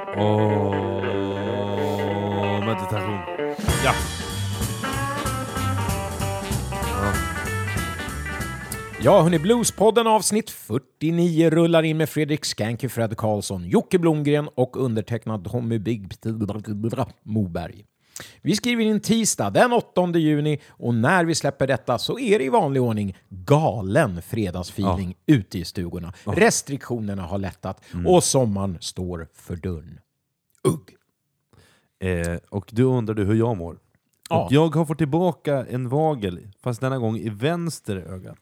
Meditation. Ja. Ja, hörni, Bluespodden avsnitt 49 rullar in med Fredrik Skanky, Fred Karlsson, Jocke Blomgren och undertecknad Tommy Big Moberg. Vi skriver in tisdag den 8 juni och när vi släpper detta så är det i vanlig ordning galen fredagsfeeling ute i stugorna. Restriktionerna har lättat och sommaren står för dörren. Ugg! Och du undrar hur jag mår. Och jag har fått tillbaka en vagel, fast denna gång i vänster öga.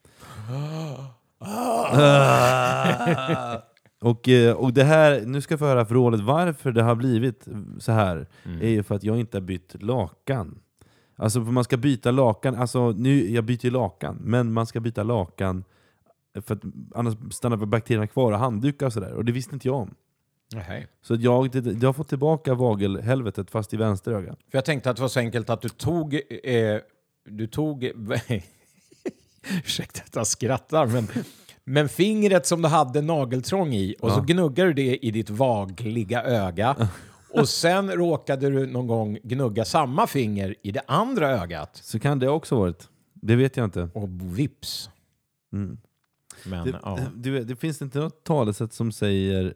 Och det här, nu ska jag få höra förrådet varför det har blivit så här. Är ju för att jag inte har bytt lakan. Alltså för man ska byta lakan, alltså nu, jag byter lakan, men man ska byta lakan för att annars stannar bakterierna kvar och handdukar och sådär. Och det visste inte jag om. Nej. Så jag har fått tillbaka vagelhelvetet fast i vänster öga. För jag tänkte att det var så enkelt att du tog ursäkta att jag skrattar, men fingret som du hade nageltrång i och så gnuggar du det i ditt vagliga öga och sen råkade du någon gång gnugga samma finger i det andra ögat. Så kan det också varit. Det vet jag inte. Och vips. Men, det finns inte något talesätt som säger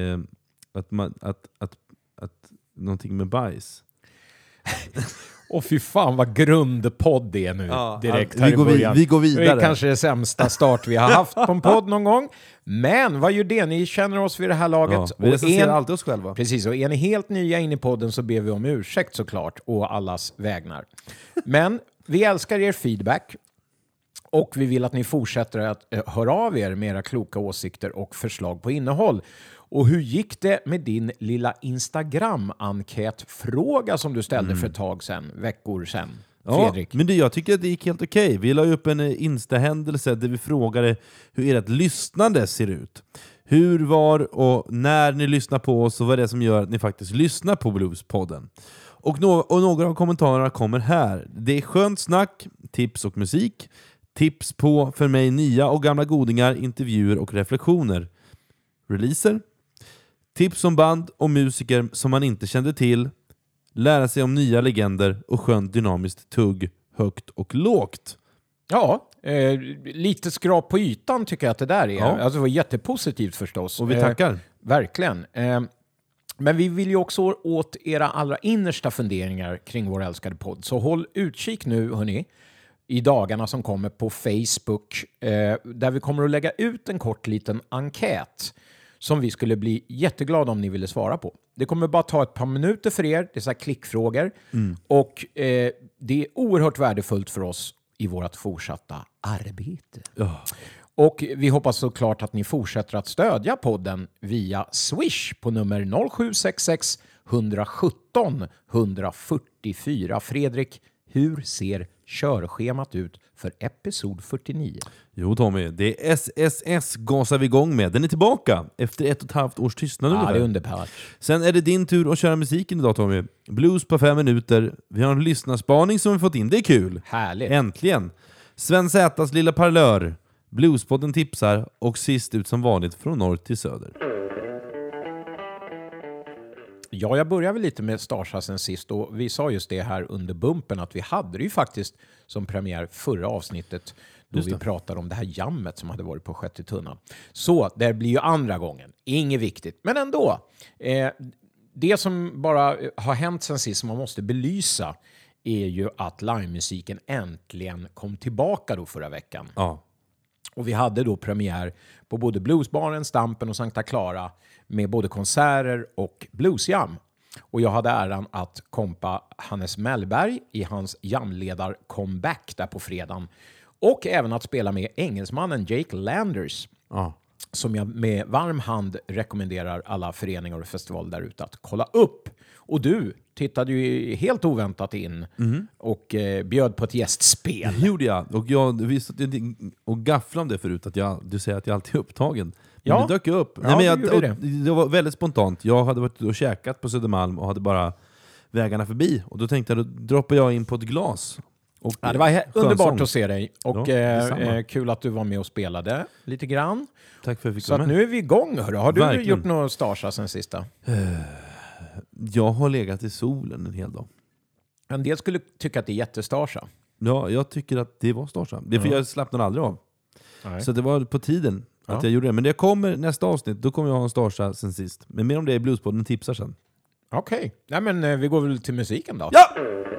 att någonting med bajs. Och fy fan vad grundpodd det är nu direkt här vi går vidare. Det är kanske det sämsta start vi har haft på en podd någon gång. Men vad gör det? Ni känner oss vid det här laget. Vi recenserar alltid oss själva. Precis, och är ni helt nya in i podden så ber vi om ursäkt såklart och allas vägnar. Men vi älskar er feedback. Och vi vill att ni fortsätter att höra av er med era kloka åsikter och förslag på innehåll. Och hur gick det med din lilla Instagram-enkätfråga som du ställde för ett tag sedan, veckor sedan, Fredrik? Ja, men jag tycker att det gick helt okej. Vi la upp en Insta-händelse där vi frågade hur ert lyssnande ser ut. Hur, var och när ni lyssnar på oss och vad det är som gör att ni faktiskt lyssnar på Bluespodden. Och några av kommentarerna kommer här. Det är skönt snack, tips och musik. Tips på för mig nya och gamla godingar, intervjuer och reflektioner. Releaser. Tips om band och musiker som man inte kände till. Lära sig om nya legender och skönt dynamiskt tugg, högt och lågt. Ja, lite skrap på ytan tycker jag att det där är. Ja. Alltså det var jättepositivt förstås. Och vi tackar. Verkligen. Men vi vill ju också åt era allra innersta funderingar kring vår älskade podd. Så håll utkik nu, hörni, i dagarna som kommer på Facebook där vi kommer att lägga ut en kort liten enkät som vi skulle bli jätteglada om ni ville svara på. Det kommer bara ta ett par minuter för er, det är så här klickfrågor och det är oerhört värdefullt för oss i vårt fortsatta arbete. Och vi hoppas såklart att ni fortsätter att stödja podden via Swish på nummer 0766 117 144. Fredrik, hur ser körschemat ut för episod 49? Jo Tommy, det är SSS gasar vi igång med. Den är tillbaka efter 1,5 års tystnad ungefär. Det är underbart. Sen är det din tur att köra musiken idag Tommy. Blues på 5 minuter. Vi har en lyssnarspaning som vi fått in. Det är kul. Härligt. Äntligen. Sven Zätas lilla parlör. Bluespodden tipsar och sist ut som vanligt från norr till söder. Ja, jag börjar väl lite med Starsa sen sist och vi sa just det här under bumpen att vi hade det ju faktiskt som premiär förra avsnittet då vi pratade om det här jammet som hade varit på Sjätte tunnan. Så det blir ju andra gången. Inget viktigt, men ändå. Det som bara har hänt sen sist som man måste belysa är ju att livemusiken äntligen kom tillbaka då förra veckan. Ja. Och vi hade då premiär på både Bluesbaren, Stampen och Sankta Clara med både konserter och bluesjam. Och jag hade äran att kompa Hannes Mellberg i hans jamledar-comeback där på fredagen. Och även att spela med engelsmannen Jake Landers. Som jag med varm hand rekommenderar alla föreningar och festivaler där ute att kolla upp. Och du tittade ju helt oväntat in och bjöd på ett gästspel. Det gjorde jag. Och jag visste och gafflade om det förut att du säger att jag alltid är upptagen. Men det dök upp. Ja, Nej, men det var väldigt spontant. Jag hade varit och käkat på Södermalm och hade bara vägarna förbi. Och då tänkte jag, då droppar jag in på ett glas. Och det var underbart att se dig. Och kul att du var med och spelade lite grann. Tack för att jag fick Så att nu är vi igång. Hörru. Har du gjort något Starsa sen sista? Jag har legat i solen en hel dag. En del skulle tycka att det är jättestarsa. Ja, jag tycker att det var starsa. Det är för jag slappnar aldrig av. Nej. Så det var på tiden att jag gjorde det. Men det kommer nästa avsnitt, då kommer jag ha en starsa sen sist. Men mer om det i Bluespodden tipsar sen. Okej. Nej, men vi går väl till musiken då. Ja!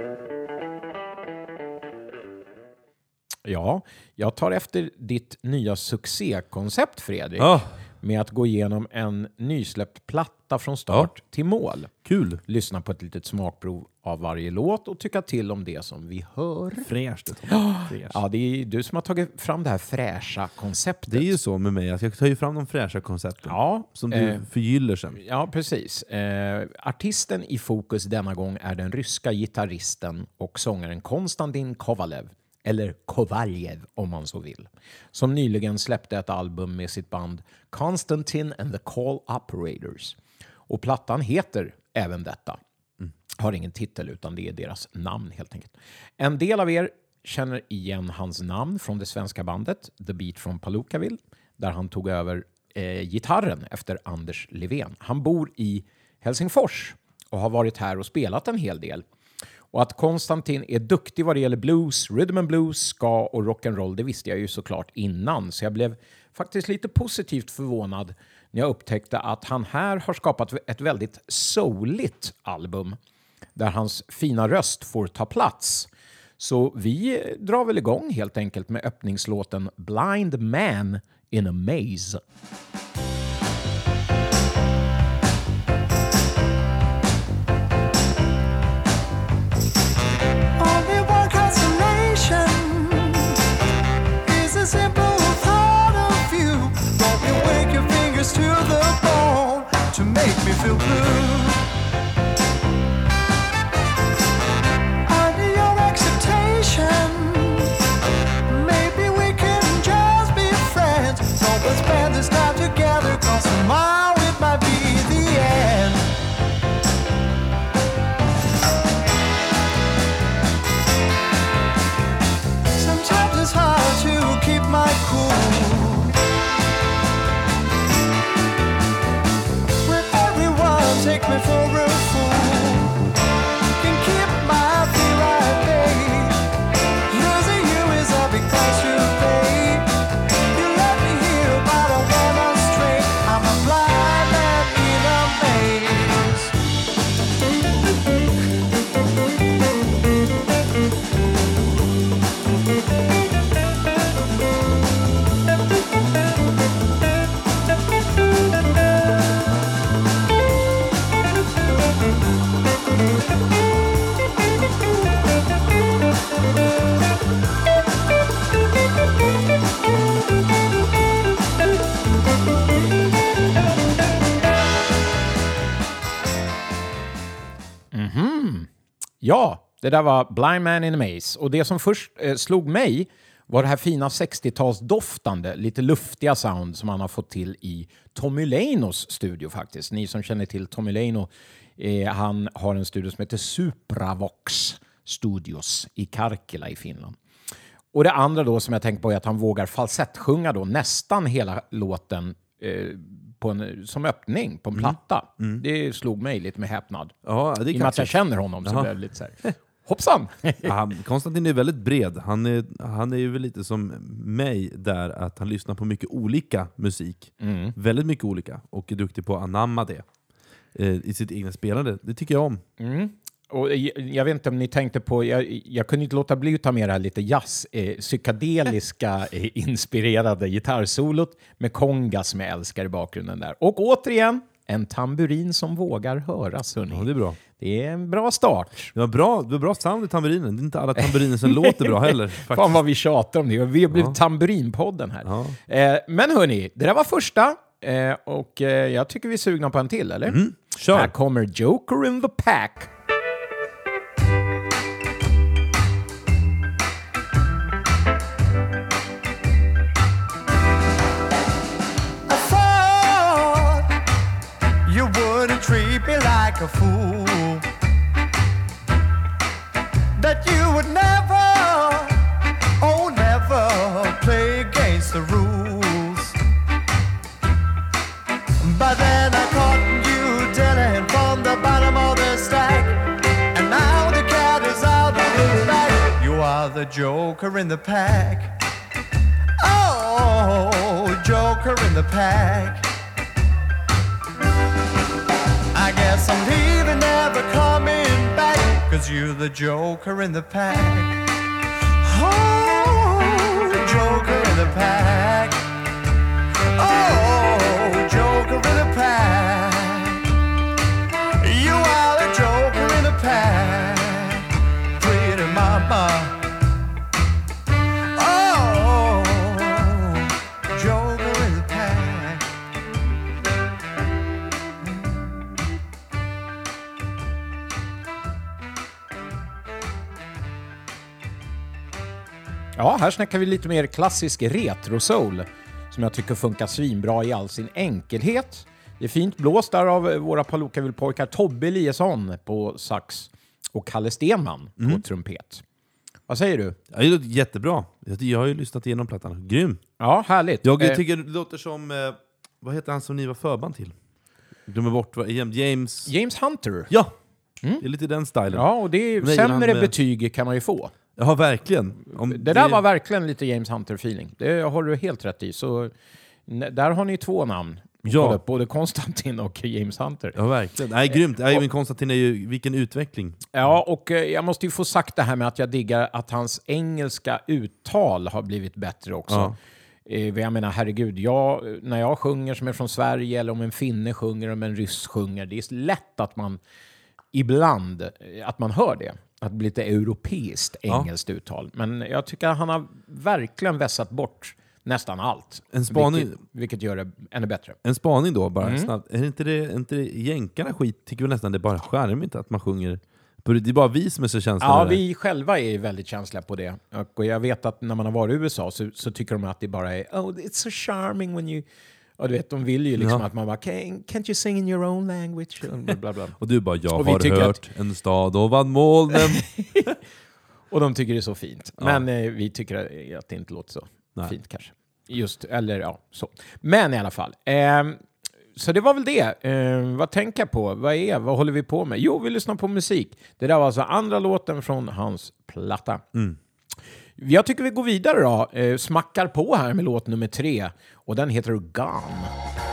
Ja, jag tar efter ditt nya succékoncept, Fredrik. Ja, Med att gå igenom en nysläppt platta från start till mål. kul. Lyssna på ett litet smakprov av varje låt och tycka till om det som vi hör. Fräscht. Ja, det är du som har tagit fram det här fräscha konceptet. Det är ju så med mig, att jag tar ju fram de fräscha koncepten. Ja, Som du förgyller sen. ja, precis. Artisten i fokus denna gång är den ryska gitarristen och sångaren Konstantin Kovalev, eller Kovaljev om man så vill, som nyligen släppte ett album med sitt band Konstantin and the Call Operators. Och plattan heter även detta. Har ingen titel utan det är deras namn helt enkelt. En del av er känner igen hans namn från det svenska bandet The Beat from Palookaville, där han tog över gitarren efter Anders Levén. Han bor i Helsingfors och har varit här och spelat en hel del. Och att Konstantin är duktig vad det gäller blues, rhythm and blues, ska och rock'n'roll, det visste jag ju såklart innan. Så jag blev faktiskt lite positivt förvånad när jag upptäckte att han här har skapat ett väldigt souligt album där hans fina röst får ta plats. Så vi drar väl igång helt enkelt med öppningslåten Blind Man in a Maze. To the bone to make me feel blue. Under your acceptation, maybe we can just be friends. So let's spend this time together, 'cause tomorrow it might be the end. Sometimes it's hard to keep my cool. Take me for a fool. Can keep my fear at bay. Losing you is a big price to pay. You let me hear, but I wanna stray. I'm a blind man in a maze. Ja, det där var Blind Man in a Maze. Och det som först slog mig var det här fina 60-talsdoftande, lite luftiga sound som han har fått till i Tommy Leinos studio faktiskt. Ni som känner till Tommy Leino, han har en studio som heter Supravox Studios i Karkila i Finland. Och det andra då som jag tänker på är att han vågar falsettsjunga då nästan hela låten som öppning på en platta. Det slog mig lite med häpnad. Ja, det är I och med att jag känner honom så blev det lite så här. Hoppsan! Konstantin är väldigt bred. Han är ju väl lite som mig där, att han lyssnar på mycket olika musik. Väldigt mycket olika. Och är duktig på att anamma det i sitt egna spelande. Det tycker jag om. Och jag vet inte om ni tänkte på, jag kunde inte låta bli att ta med det här lite jazz, psykedeliska inspirerade gitarrsolot med kongas som jag älskar i bakgrunden där. Och återigen, en tamburin som vågar höras, hörni. Ja, det är bra. Det är en bra start. Det var bra sound i tamburinen. Det är inte alla tamburiner som låter bra heller. Faktiskt. Fan vad vi tjatar om det. Vi har blivit tamburinpodden här. Ja. Men hörni, det där var första. Och jag tycker vi är sugna på en till, eller? Kör. Här kommer Joker in the Pack. Treat me like a fool, that you would never, oh never play against the rules. But then I caught you telling from the bottom of the the joker in the pack. Oh, joker in the pack. I guess I'm leaving, never coming back, 'cause you're the joker in the pack. Oh, joker in the pack. Oh, joker in the pack. You are the joker in the pack. Pretty mama. Oh, joker in the pack. Ja, här snackar vi lite mer klassisk retro-soul som jag tycker funkar svinbra i all sin enkelhet. Det är fint blåst där av våra Palookaville-pojkar Tobbe Eliasson på sax och Kalle Stenman på trumpet. Vad säger du? Ja, det låter jättebra. Jag har ju lyssnat igenom plattan. Grym. Ja, härligt. Jag tycker det låter som... vad heter han som ni var förband till? Glömmer bort vad... James Hunter. Ja! Det är lite den stilen. Ja, och det är sämre betyg kan man ju få. Ja, verkligen. Det där var verkligen lite James Hunter-feeling. Det har du helt rätt i. Så där har ni två namn. Ja. Både Konstantin och James Hunter. Ja, verkligen. Nej, grymt. Men Konstantin är ju... Vilken utveckling. Ja, och jag måste ju få sagt det här med att jag diggar att hans engelska uttal har blivit bättre också. Ja. Jag menar, herregud, när jag sjunger som är från Sverige, eller om en finne sjunger, om en ryss sjunger, det är lätt att man ibland att man hör det. Att bli lite europeiskt engelskt uttal. Men jag tycker att han har verkligen vässat bort nästan allt. En spaning, vilket gör det ännu bättre. En spaning då, bara snabbt. Är inte det jänkarna skit? Tycker vi nästan det är bara charmigt att man sjunger. Det är bara vi som är så känsliga. Ja, vi själva är väldigt känsliga på det. Och jag vet att när man har varit i USA så tycker de att det bara är it's so charming when you... Och du vet, de vill ju liksom att man bara can't you sing in your own language? Bla bla. Och du bara, jag har hört en stad ovan molnen. Och de tycker det är så fint. Men vi tycker att det inte låter så fint kanske. Just, eller ja, så. Men i alla fall. Så det var väl det. Vad tänker jag på? Vad håller vi på med? Jo, vi lyssnar på musik. Det där var alltså andra låten från hans platta. Jag tycker vi går vidare då. Smackar på här med låt nummer 3. Och den heter Gone.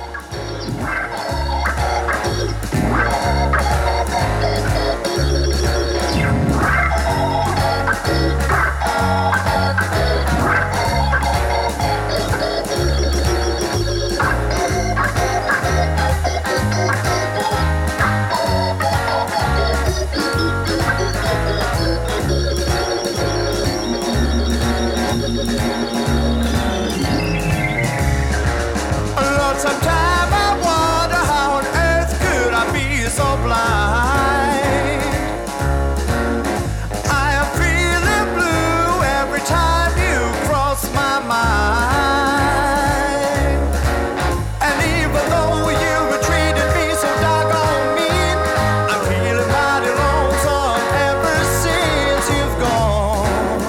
Sometimes I wonder how on earth could I be so blind. I am feeling blue every time you cross my mind. And even though you treated me so doggone mean, I'm feeling mighty lonesome ever since you've gone.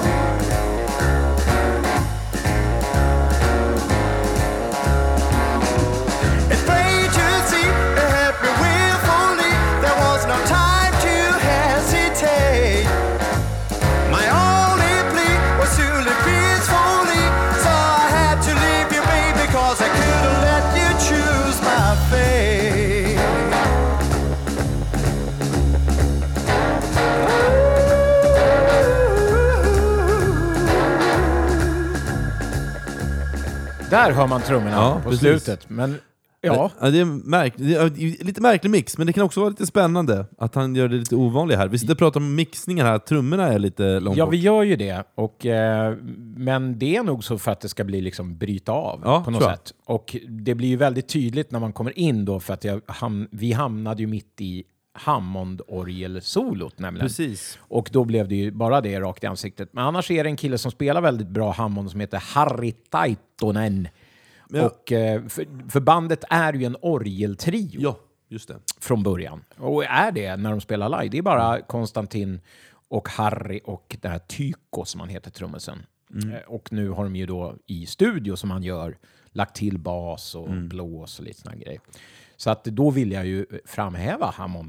Där hör man trummorna på slutet. Men ja. Det är lite märklig mix, men det kan också vara lite spännande att han gör det lite ovanligt här. Vi sitter och pratar om mixningar här, trummorna är lite långt bort. Vi gör ju det. Men det är nog så för att det ska bli liksom bryta av på något sätt. Och det blir ju väldigt tydligt när man kommer in då, för att vi hamnade ju mitt i Hammond-orgel-solot nämligen. Precis. Och då blev det ju bara det rakt i ansiktet. Men annars är det en kille som spelar väldigt bra Hammond som heter Harri Taitonen. Ja. Och för bandet är ju en orgeltrio. Ja, just det. Från början. Och är det när de spelar live. Det är bara Konstantin och Harry och den här Tyko som han heter, trummisen. Och nu har de ju då i studio som han gör lagt till bas och blås och lite såna grejer. Så att då vill jag ju framhäva Hammonden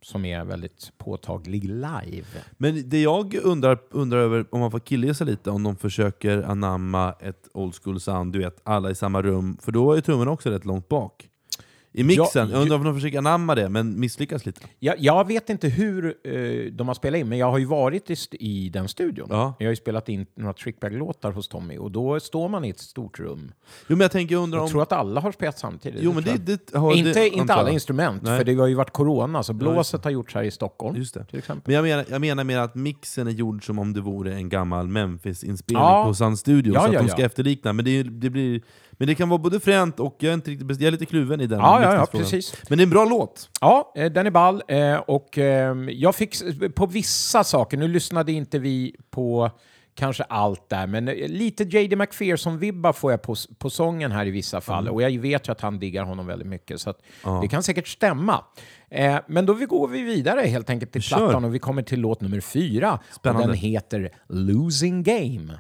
som är väldigt påtaglig live. Men det jag undrar över, om man får killgissa lite, om de försöker anamma ett old school sound, du vet, alla i samma rum, för då är trummorna också rätt långt bak i mixen. Jag undrar om de försöker anamma det, men misslyckas lite. Jag vet inte hur de har spelat in, men jag har ju varit i den studion. Ja. Jag har ju spelat in några trickbag-låtar hos Tommy, och då står man i ett stort rum. Jo, men jag tror att alla har spelat samtidigt. Jo, men inte alla instrument, Nej. för det har ju varit corona, så blåset har gjorts här i Stockholm. Just det. Till exempel. Men jag menar mer att mixen är gjord som om det vore en gammal Memphis-inspelning på Sun Studio, så att de ska efterlikna. Men men det kan vara både fränt och jag är lite kluven i den. Ja, precis. Men det är en bra låt. Ja, den är ball. Och jag fick på vissa saker, nu lyssnade inte vi på kanske allt där, men lite J.D. McPherson-vibbar får jag på sången här i vissa fall. Och jag vet ju att han diggar honom väldigt mycket, så att det kan säkert stämma. Men då går vi vidare helt enkelt till plattan, och vi kommer till låt nummer 4. Spännande. Och den heter Losing Game.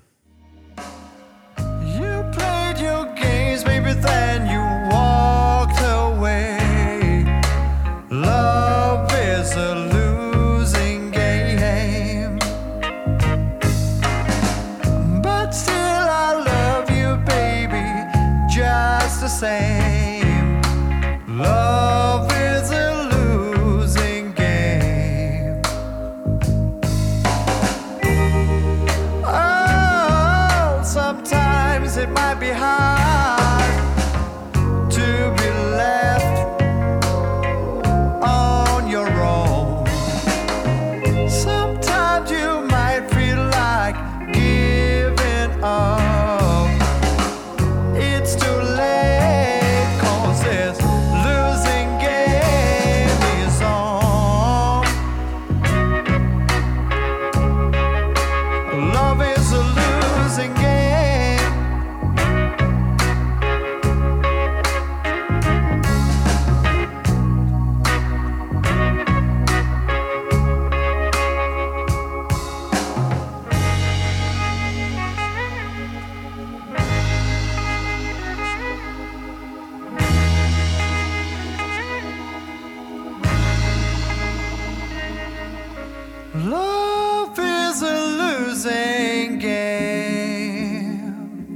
You played your games, baby, then you walked away. Love is a losing game, but still I love you, baby, just the same. Love is a losing game. Oh, sometimes it might be hard to be left on your own. Sometimes you might feel like giving up. It's too late, 'cause this losing game is on. Love is a losing game. Love is a losing game.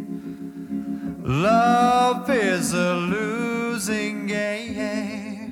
Love is a losing game.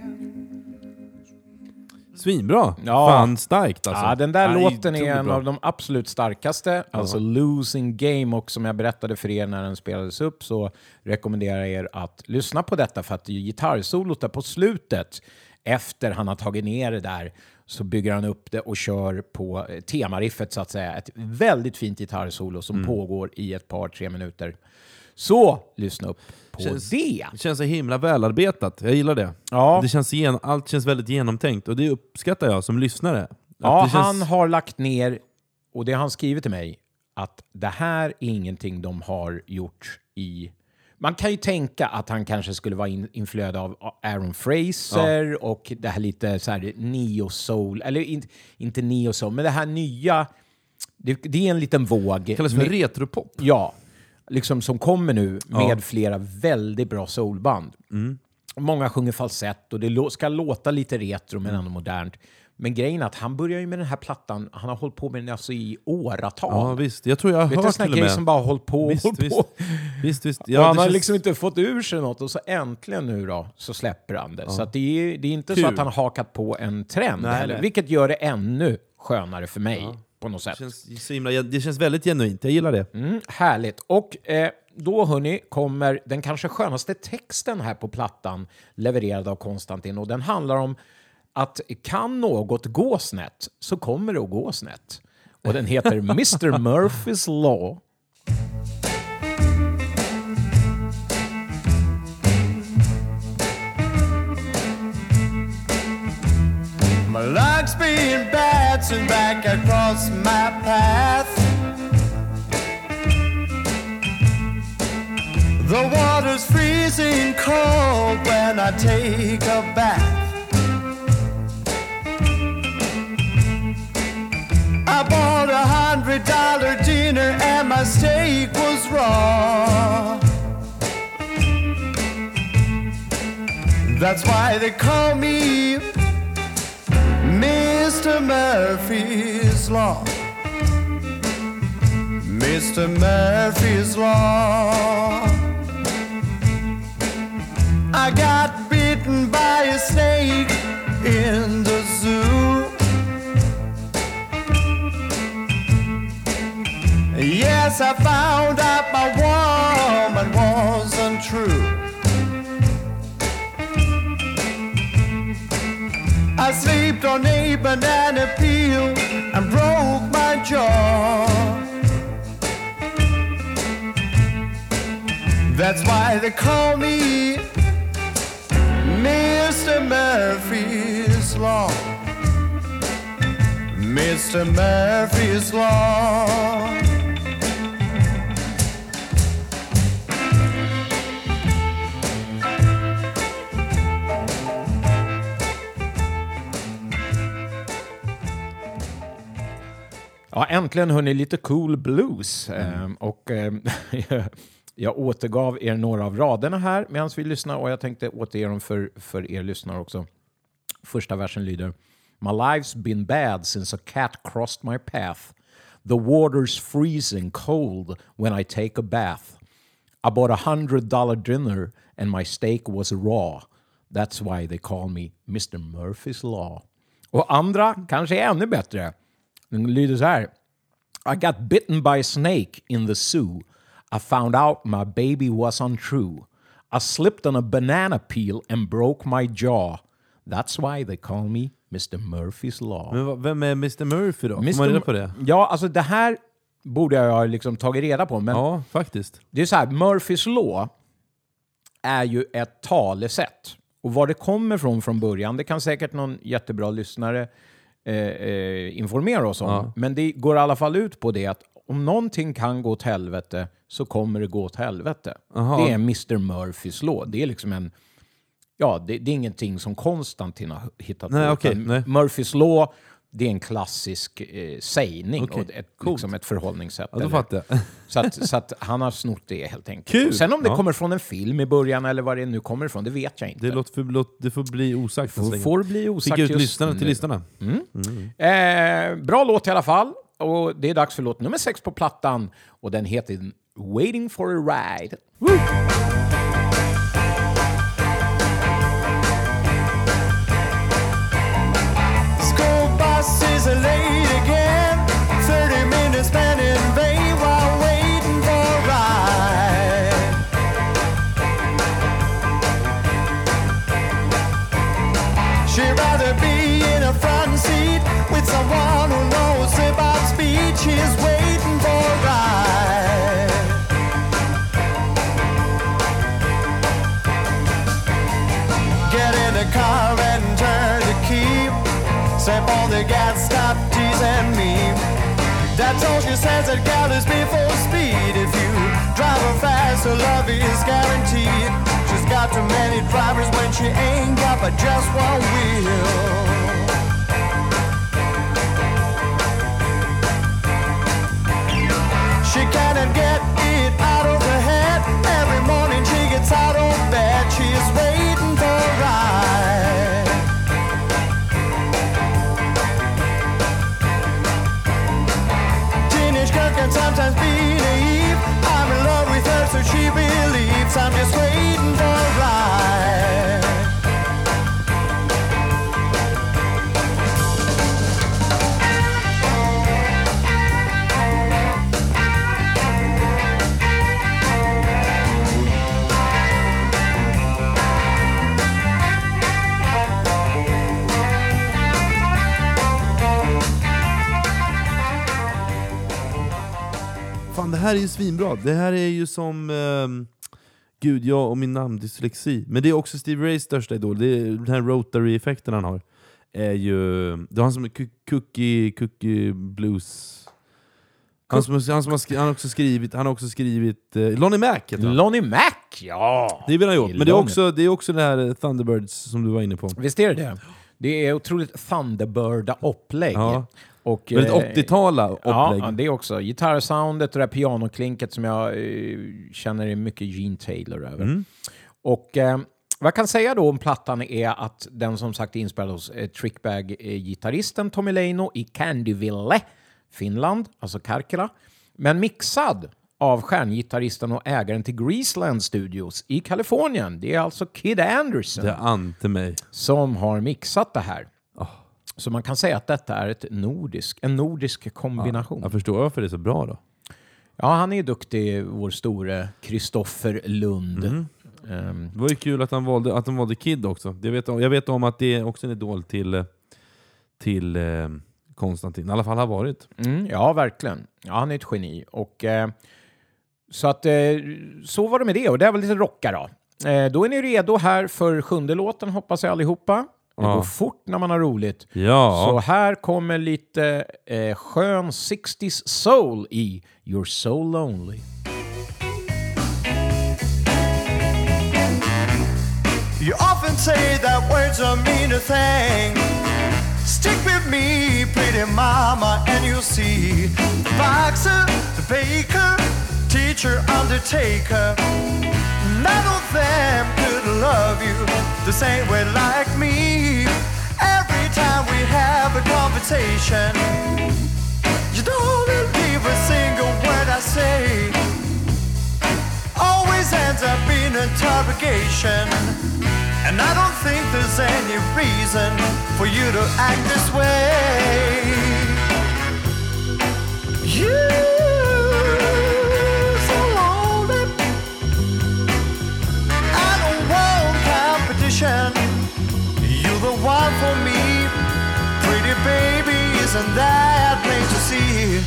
Svinbra. Ja. Fan starkt alltså. Ja, den där Nej, låten är otroligt en bra. av de absolut starkaste. Alltså Losing Game, och som jag berättade för er när den spelades upp, så rekommenderar jag er att lyssna på detta, för att det är gitarrsolot där på slutet, efter han har tagit ner det där, så bygger han upp det och kör på temariffet så att säga. Ett väldigt fint gitarrsolo som pågår i ett par 3 minuter. Så lyssna upp på det. Det känns så himla välarbetat. Jag gillar det. Ja. Det känns allt känns väldigt genomtänkt, och det uppskattar jag som lyssnare. Ja, det känns... han har lagt ner, och det har han skrivit till mig, att det här är ingenting de har gjort i... Man kan ju tänka att han kanske skulle vara inflöd av Aaron Fraser och det här lite så här neo-soul, eller inte neo-soul, men det här nya, det är en liten våg. Det kallas för retropop. Ja, liksom som kommer nu med flera väldigt bra soulband. Många sjunger falsett och det ska låta lite retro men ändå modernt. Men grejen är att han börjar ju med den här plattan, han har hållit på med den alltså i åratal. Ja, visst. Jag tror jag har hört till och med. Vet du sådana grejer som bara hållit på och hållit på? Visst. Ja, han har liksom inte fått ur sig något, och så äntligen nu då så släpper han det. Så att det är inte så att han har hakat på en trend heller, vilket gör det ännu skönare för mig på något sätt. Det känns väldigt genuint, jag gillar det. Härligt. Och då hörni kommer den kanske skönaste texten här på plattan, levererad av Konstantin, och den handlar om att kan något gå snett så kommer det att gå snett. Och den heter Mr. Murphy's Law. My luck's been bad since back across my path. The water's freezing cold when I take a bath. I bought $100 dinner and my steak was raw. That's why they call me Murphy's Law. Mr. Murphy's Law. I got bitten by a snake in the zoo. Yes, I found out my woman wasn't true. I slept on a banana peel and broke my jaw. That's why they call me Mr. Murphy's Law. Mr. Murphy's Law. Ja, äntligen hörni lite cool blues. Jag återgav er några av raderna här medan vi lyssnar och jag tänkte återge dem för er lyssnare också. Första versen lyder: My life's been bad since a cat crossed my path. The water's freezing cold when I take a bath. I bought $100 dinner and my steak was raw. That's why they call me Mr. Murphy's Law. Och andra kanske är ännu bättre. Den lyder så här: I got bitten by a snake in the zoo. I found out my baby was untrue. I slipped on a banana peel and broke my jaw. That's why they call me Mr. Murphy's Law. Men vem är Mr. Murphy då? Får man reda på det? Ja, alltså det här borde jag ha liksom tagit reda på. Men Ja, faktiskt. det är så här, Murphy's Law är ju ett talesätt. Och var det kommer från början, det kan säkert någon jättebra lyssnare informera oss om. Ja. Men det går i alla fall ut på det att om någonting kan gå åt helvete så kommer det gå åt helvete. Aha. Det är Mr. Murphys Law. Det är liksom en... Ja, det är ingenting som Konstantin har hittat Nej, på. okej, Utan nej. Murphys Law, det är en klassisk sägning Okej, och liksom ett förhållningssätt. Ja, då eller- fattar jag. så att han har snott det helt enkelt. Kul! Och sen om det Ja. kommer från en film i början eller vad det nu kommer ifrån, det vet jag inte. Det får bli osagt. får bli osagt Skicka ut just lyssnarna nu. till lyssnarna. Bra låt i alla fall. Och det är dags för låt nummer 6 på plattan. Och den heter Waiting for a Ride. Woo! School buses are late again. 30 minutes spent in vain while waiting for a ride. She'd rather be in a front seat with someone who knows about speed. She's waiting for a ride. Get in the car and turn the key. Step on the gas, stop teasing me. That's all she says at gallows before speed. If you drive her fast, her love is guaranteed. She's got too many drivers when she ain't got but just one wheel. She cannot get it out of her head. Every morning she gets out of bed. She's waiting for a ride. Teenage girl can sometimes be naive. I'm in love with her, so she believes I'm just waiting for a ride. Fan, det här är ju svinbra. Det här är ju som... Gud, jag och min namndyslexi. Men det är också Steve Rays största idol. Det är den här rotary-effekten han har. Är ju... Det är han som är Cookie Blues... Han har också skrivit Lonnie Mac heter han. Lonnie Mac, ja! Det är väl han gjort. Men det är också det här Thunderbirds som du var inne på. Visst är det? Det är otroligt Thunderbirda upplägg. Ja. Och, Väldigt 80-tala upplägg. Ja, det är också. Gitarrsoundet och det här pianoklinket som jag känner är mycket Gene Taylor över. Och Vad jag kan säga då om plattan är att den som sagt är inspelad hos Trickbag-gitarristen Tommy Leino i Candyville, Finland, alltså Karkela. Men mixad av stjärngitarristen och ägaren till Greaseland Studios i Kalifornien. Det är alltså Kid Anderson Det ante mig. som har mixat det här. Så man kan säga att detta är en nordisk kombination. Jag förstår varför det är så bra då. Ja, han är ju duktig, vår store Kristoffer Lund. Det var ju kul att de valde Kid också. Jag vet om att det är också en idol till Konstantin. I alla fall har varit. Ja, verkligen. Ja, han är ett geni. Och, så var det med det. Och det är väl lite rocka då. Då är ni redo här för 7:e låten, hoppas jag allihopa. Det går fort när man har roligt. Ja. Så här kommer lite skön 60s soul i You're So Lonely. You often say that words don't mean a thing. Stick with me, pretty mama, and you'll see. The boxer, the baker, teacher, undertaker. None of them could love you the same way like me. Every time we have a conversation, you don't believe a single word I say. Always ends up in interrogation. And I don't think there's any reason for you to act this way. You're so lonely. I don't want competition. You're the one for me. Pretty baby, isn't that plain to see?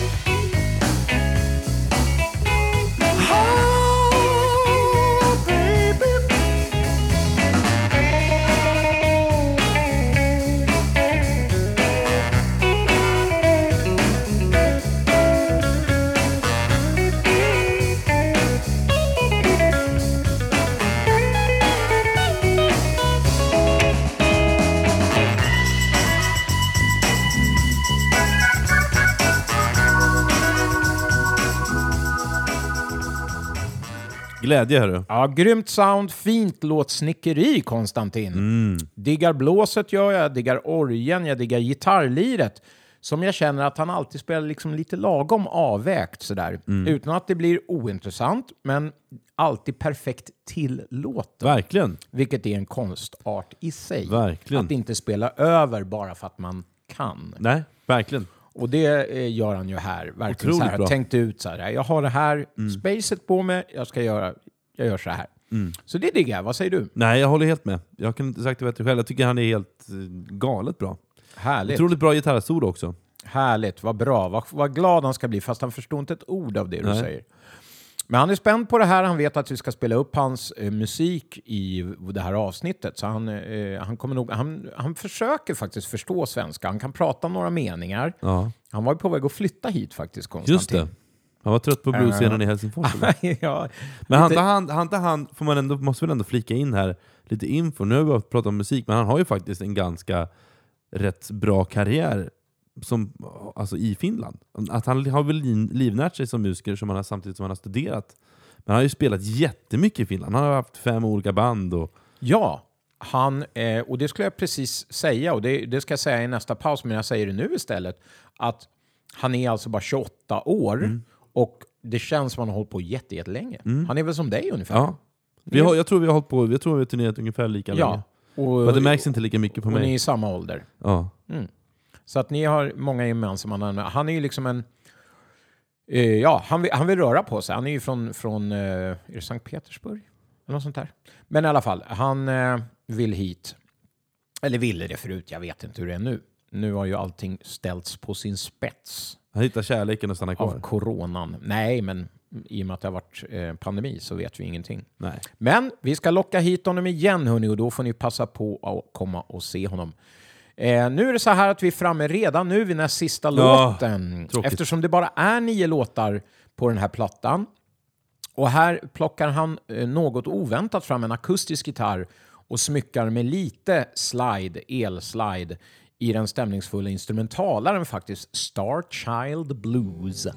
Glädje, hörru. Ja, grymt sound, fint låtsnickeri, Konstantin. Diggar blåset gör jag, diggar orgen, jag diggar gitarrliret. Som jag känner att han alltid spelar liksom lite lagom avvägt sådär. Utan att det blir ointressant, men alltid perfekt till låten. Verkligen. Vilket är en konstart i sig. Verkligen. Att inte spela över bara för att man kan. Nej, verkligen. Och det gör han ju här. Verkligen Otroligt så här. bra. Tänkt ut så här. Jag har det här spacet på mig. Jag gör så här. Så det diggar. Vad säger du? Nej, jag håller helt med. Jag kan inte sagt det bättre själv. Jag tycker han är helt galet bra. Härligt. Otroligt bra gitarrsolo också. Härligt. Vad bra. Vad glad han ska bli. Fast han förstår inte ett ord av det du säger. Men han är spänd på det här. Han vet att vi ska spela upp hans musik i det här avsnittet. Så han kommer nog... Han försöker faktiskt förstå svenska. Han kan prata några meningar. Ja. Han var ju på väg att flytta hit faktiskt, Konstantin. Just det. Han var trött på bluesscenen i Helsingfors. Ja, Men han får man ändå, måste väl ändå flika in här lite info. Nu har vi bara pratat om musik, men han har ju faktiskt en ganska rätt bra karriär alltså i Finland. Att han har väl livnärt sig som musiker samtidigt som han har studerat. Men han har ju spelat jättemycket i Finland. Han har haft 5 olika band. Ja, och det skulle jag precis säga, och det ska jag säga i nästa paus, men jag säger det nu istället, att han är alltså bara 28 år och det känns som han har hållit på jättelänge. Han är väl som dig ungefär. Ja. Jag tror vi har turnerat ungefär lika länge. Men det märks inte lika mycket på mig. Och ni är i samma ålder. Ja. Så att ni har många gemensamma. Han är ju liksom en... han vill röra på sig. Han är ju från är det Sankt Petersburg? Eller något sånt där. Men i alla fall, han vill hit. Eller ville det förut, jag vet inte hur det är nu. Nu har ju allting ställts på sin spets. Han hittar kärleken och stannar kvar. Av coronan. Nej, men i och med att det har varit pandemi så vet vi ingenting. Nej. Men vi ska locka hit honom igen, hörni, och då får ni passa på att komma och se honom. Nu är det så här att vi är framme redan nu vid den sista låten. Tråkigt. Eftersom det bara är 9 låtar på den här plattan. Och här plockar han något oväntat fram en akustisk gitarr och smyckar med lite elslide i den stämningsfulla instrumentalaren faktiskt, Star Child Blues.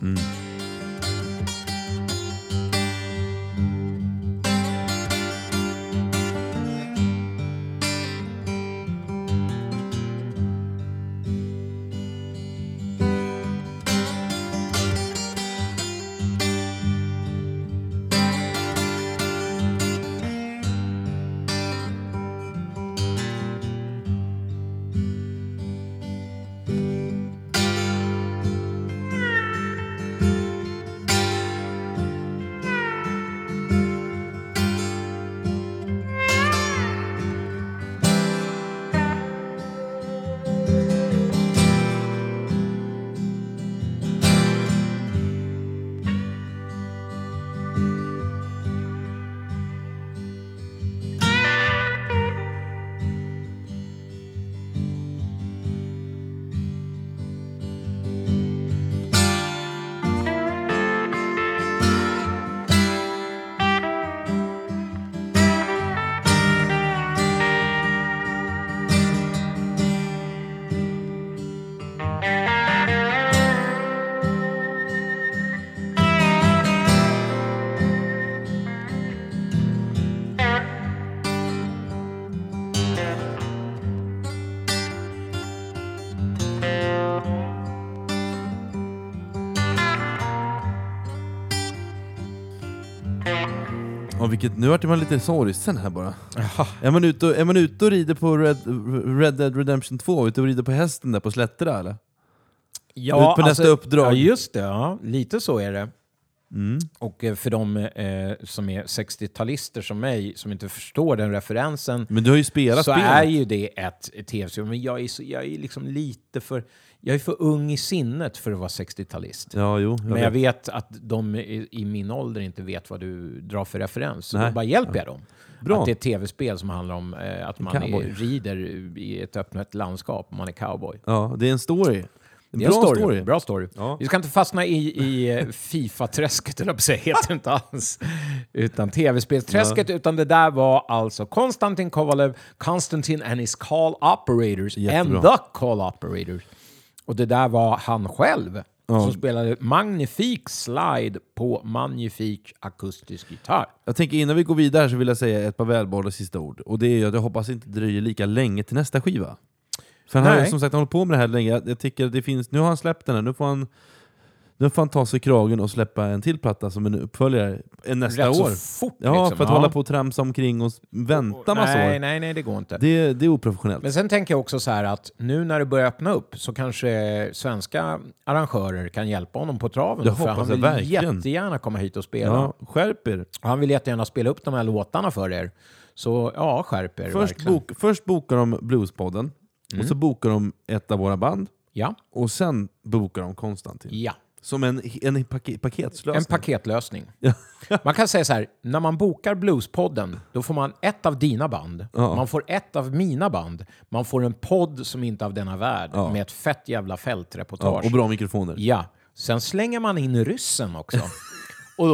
Nu vart man lite sorgsen här bara. Är man ute och rider på Red Dead Redemption 2? Ute och rider på hästen där på slätterna eller? Ja, ut på nästa uppdrag. Ja, just det. Ja. Lite så är det. Och för de som är 60-talister som mig, som inte förstår den referensen, men du har ju spelat så spelet. är ju det ett tv-spel. Men jag är liksom lite för... Jag är för ung i sinnet för att vara 60-talist. Ja, jo. Men jag vet att de i min ålder inte vet vad du drar för referens. Så Nej. då bara hjälper jag dem. Bra. Att det är ett tv-spel som handlar om att man rider i ett öppet landskap. Man är cowboy. Ja, det är en story. Det är en story. Bra story. Ja. Vi ska inte fastna i FIFA-träsket, eller på sig heter inte alls. Utan tv-spelsträsket, utan det där var alltså Konstantin Kovalev, Konstantin and his call operators, Jättebra. and the call operators. Och det där var han själv som spelade magnifik slide på magnifik akustisk gitarr. Jag tänker innan vi går vidare så vill jag säga ett par välvalda sista ord. Och det är att jag hoppas inte dröjer lika länge till nästa skiva. För han har ju som sagt hållit på med det här länge. Jag tycker att det finns, nu har han släppt den här. Nu får han ta sig i kragen och släppa en till platta som en uppföljare nästa Rätt år. så fort, ja, liksom. för att hålla på och tramsa omkring och vänta massa år. Nej, det går inte. Det är oprofessionellt. Men sen tänker jag också så här att nu när det börjar öppna upp så kanske svenska arrangörer kan hjälpa honom på traven. Det för hoppas han jag vill verkligen. jättegärna komma hit och spela. Ja, skärp er. Han vill jättegärna spela upp de här låtarna för er. Så ja, skärp er verkligen. Först bokar de Bluespodden. Och så bokar de ett av våra band. Ja. Och sen bokar de Konstantin. Ja. Som en paketslösning. En paketlösning. Ja. Man kan säga så här, när man bokar Bluespodden, då får man ett av dina band. Ja. Man får ett av mina band. Man får en podd som inte är av denna värld. Ja. Med ett fett jävla fältreportage. Ja, och bra mikrofoner. Ja. Sen slänger man in ryssen också. Och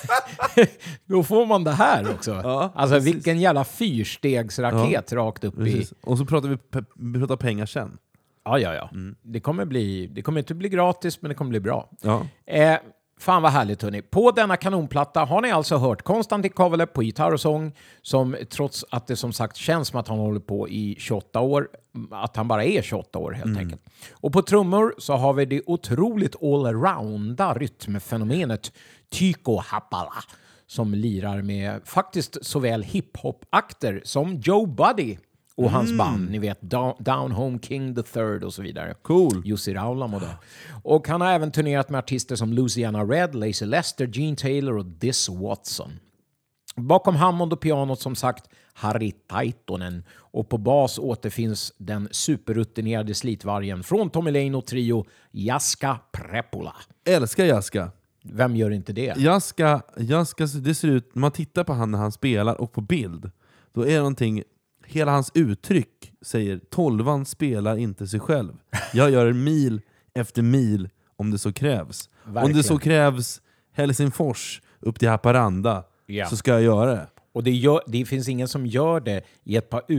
då får man det här också. Ja, alltså precis. vilken jävla fyrstegsraket rakt upp Precis. Och så pratar vi pratar pengar sen. Ja. Det kommer inte bli gratis, men det kommer bli bra. Ja. Fan vad härligt hörni. På denna kanonplatta har ni alltså hört Konstantin Kovalev på gitarr och sång, som trots att det som sagt känns som att han håller på i 28 år, att han bara är 28 år helt enkelt. Och på trummor så har vi det otroligt allrounda rytmfenomenet Tycho Happala, som lirar med faktiskt såväl hiphop-akter som Joe Buddy och hans band, ni vet Down Home King the Third och så vidare. Cool. Jussi Raulamo då. Och han har även turnerat med artister som Louisiana Red, Lazy Lester, Gene Taylor och This Watson. Bakom Hammond och pianot som sagt Harri Taitonen, och på bas återfinns den superrutinerade slitvargen från Tommy Leino trio Jaska Prepola. Älskar Jaska. Vem gör inte det? Jaska, det ser ut, när man tittar på han när han spelar och på bild, då är det någonting, hela hans uttryck säger 12an spelar inte sig själv. Jag gör mil efter mil om det så krävs. Verkligen. Om det så krävs Helsingfors upp till Haparanda, så ska jag göra det. Och det finns ingen som gör det i ett par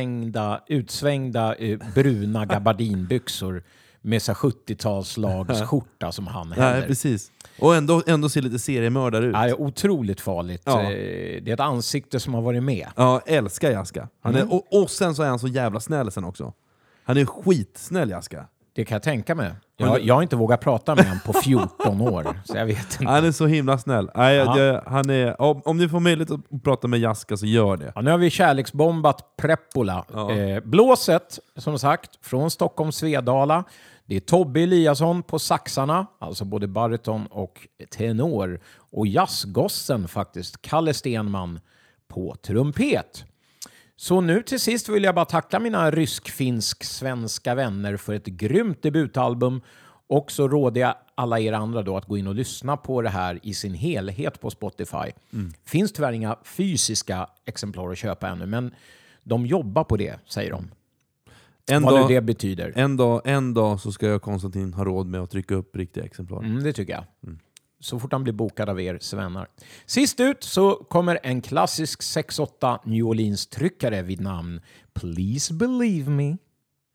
utsvängda bruna gabardinbyxor med så 70-talslags skjorta som han häller. Nej, precis. Och ändå ser lite seriemördare ut. Ja, det är otroligt farligt. Ja. Det är ett ansikte som har varit med. Ja, älskar Jaska. Han är, och sen så är han så jävla snäll sen också. Han är skitsnäll, Jaska. Det kan jag tänka mig. Jag har inte vågat prata med honom på 14 år, så jag vet inte. Han är så himla snäll. Han är, om ni får möjlighet att prata med Jaska så gör det. Ja, nu har vi kärleksbombat Prepola. Blåset, som sagt, från Stockholm Svedala. Det är Tobbe Eliasson på saxarna, alltså både bariton och tenor. Och jazzgossen faktiskt, Kalle Stenman på trumpet. Så nu till sist vill jag bara tacka mina rysk-finsk-svenska vänner för ett grymt debutalbum. Och så råder jag alla er andra då att gå in och lyssna på det här i sin helhet på Spotify. Finns tyvärr inga fysiska exemplar att köpa ännu, men de jobbar på det, säger de. Vad nu det betyder. En dag så ska jag Konstantin ha råd med att trycka upp riktiga exemplar. Det tycker jag. Så fort han blir bokad av er svennar. Sist ut så kommer en klassisk 6/8 New Orleans-tryckare vid namn Please Believe Me. You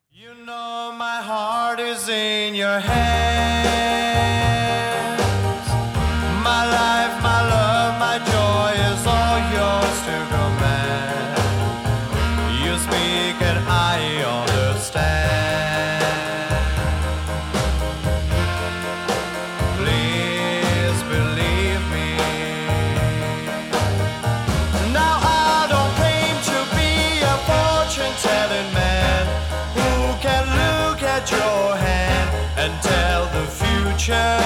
know my heart is in your hands. My life, my love, my joy is all yours to command. You speak and I understand. Please believe me. future.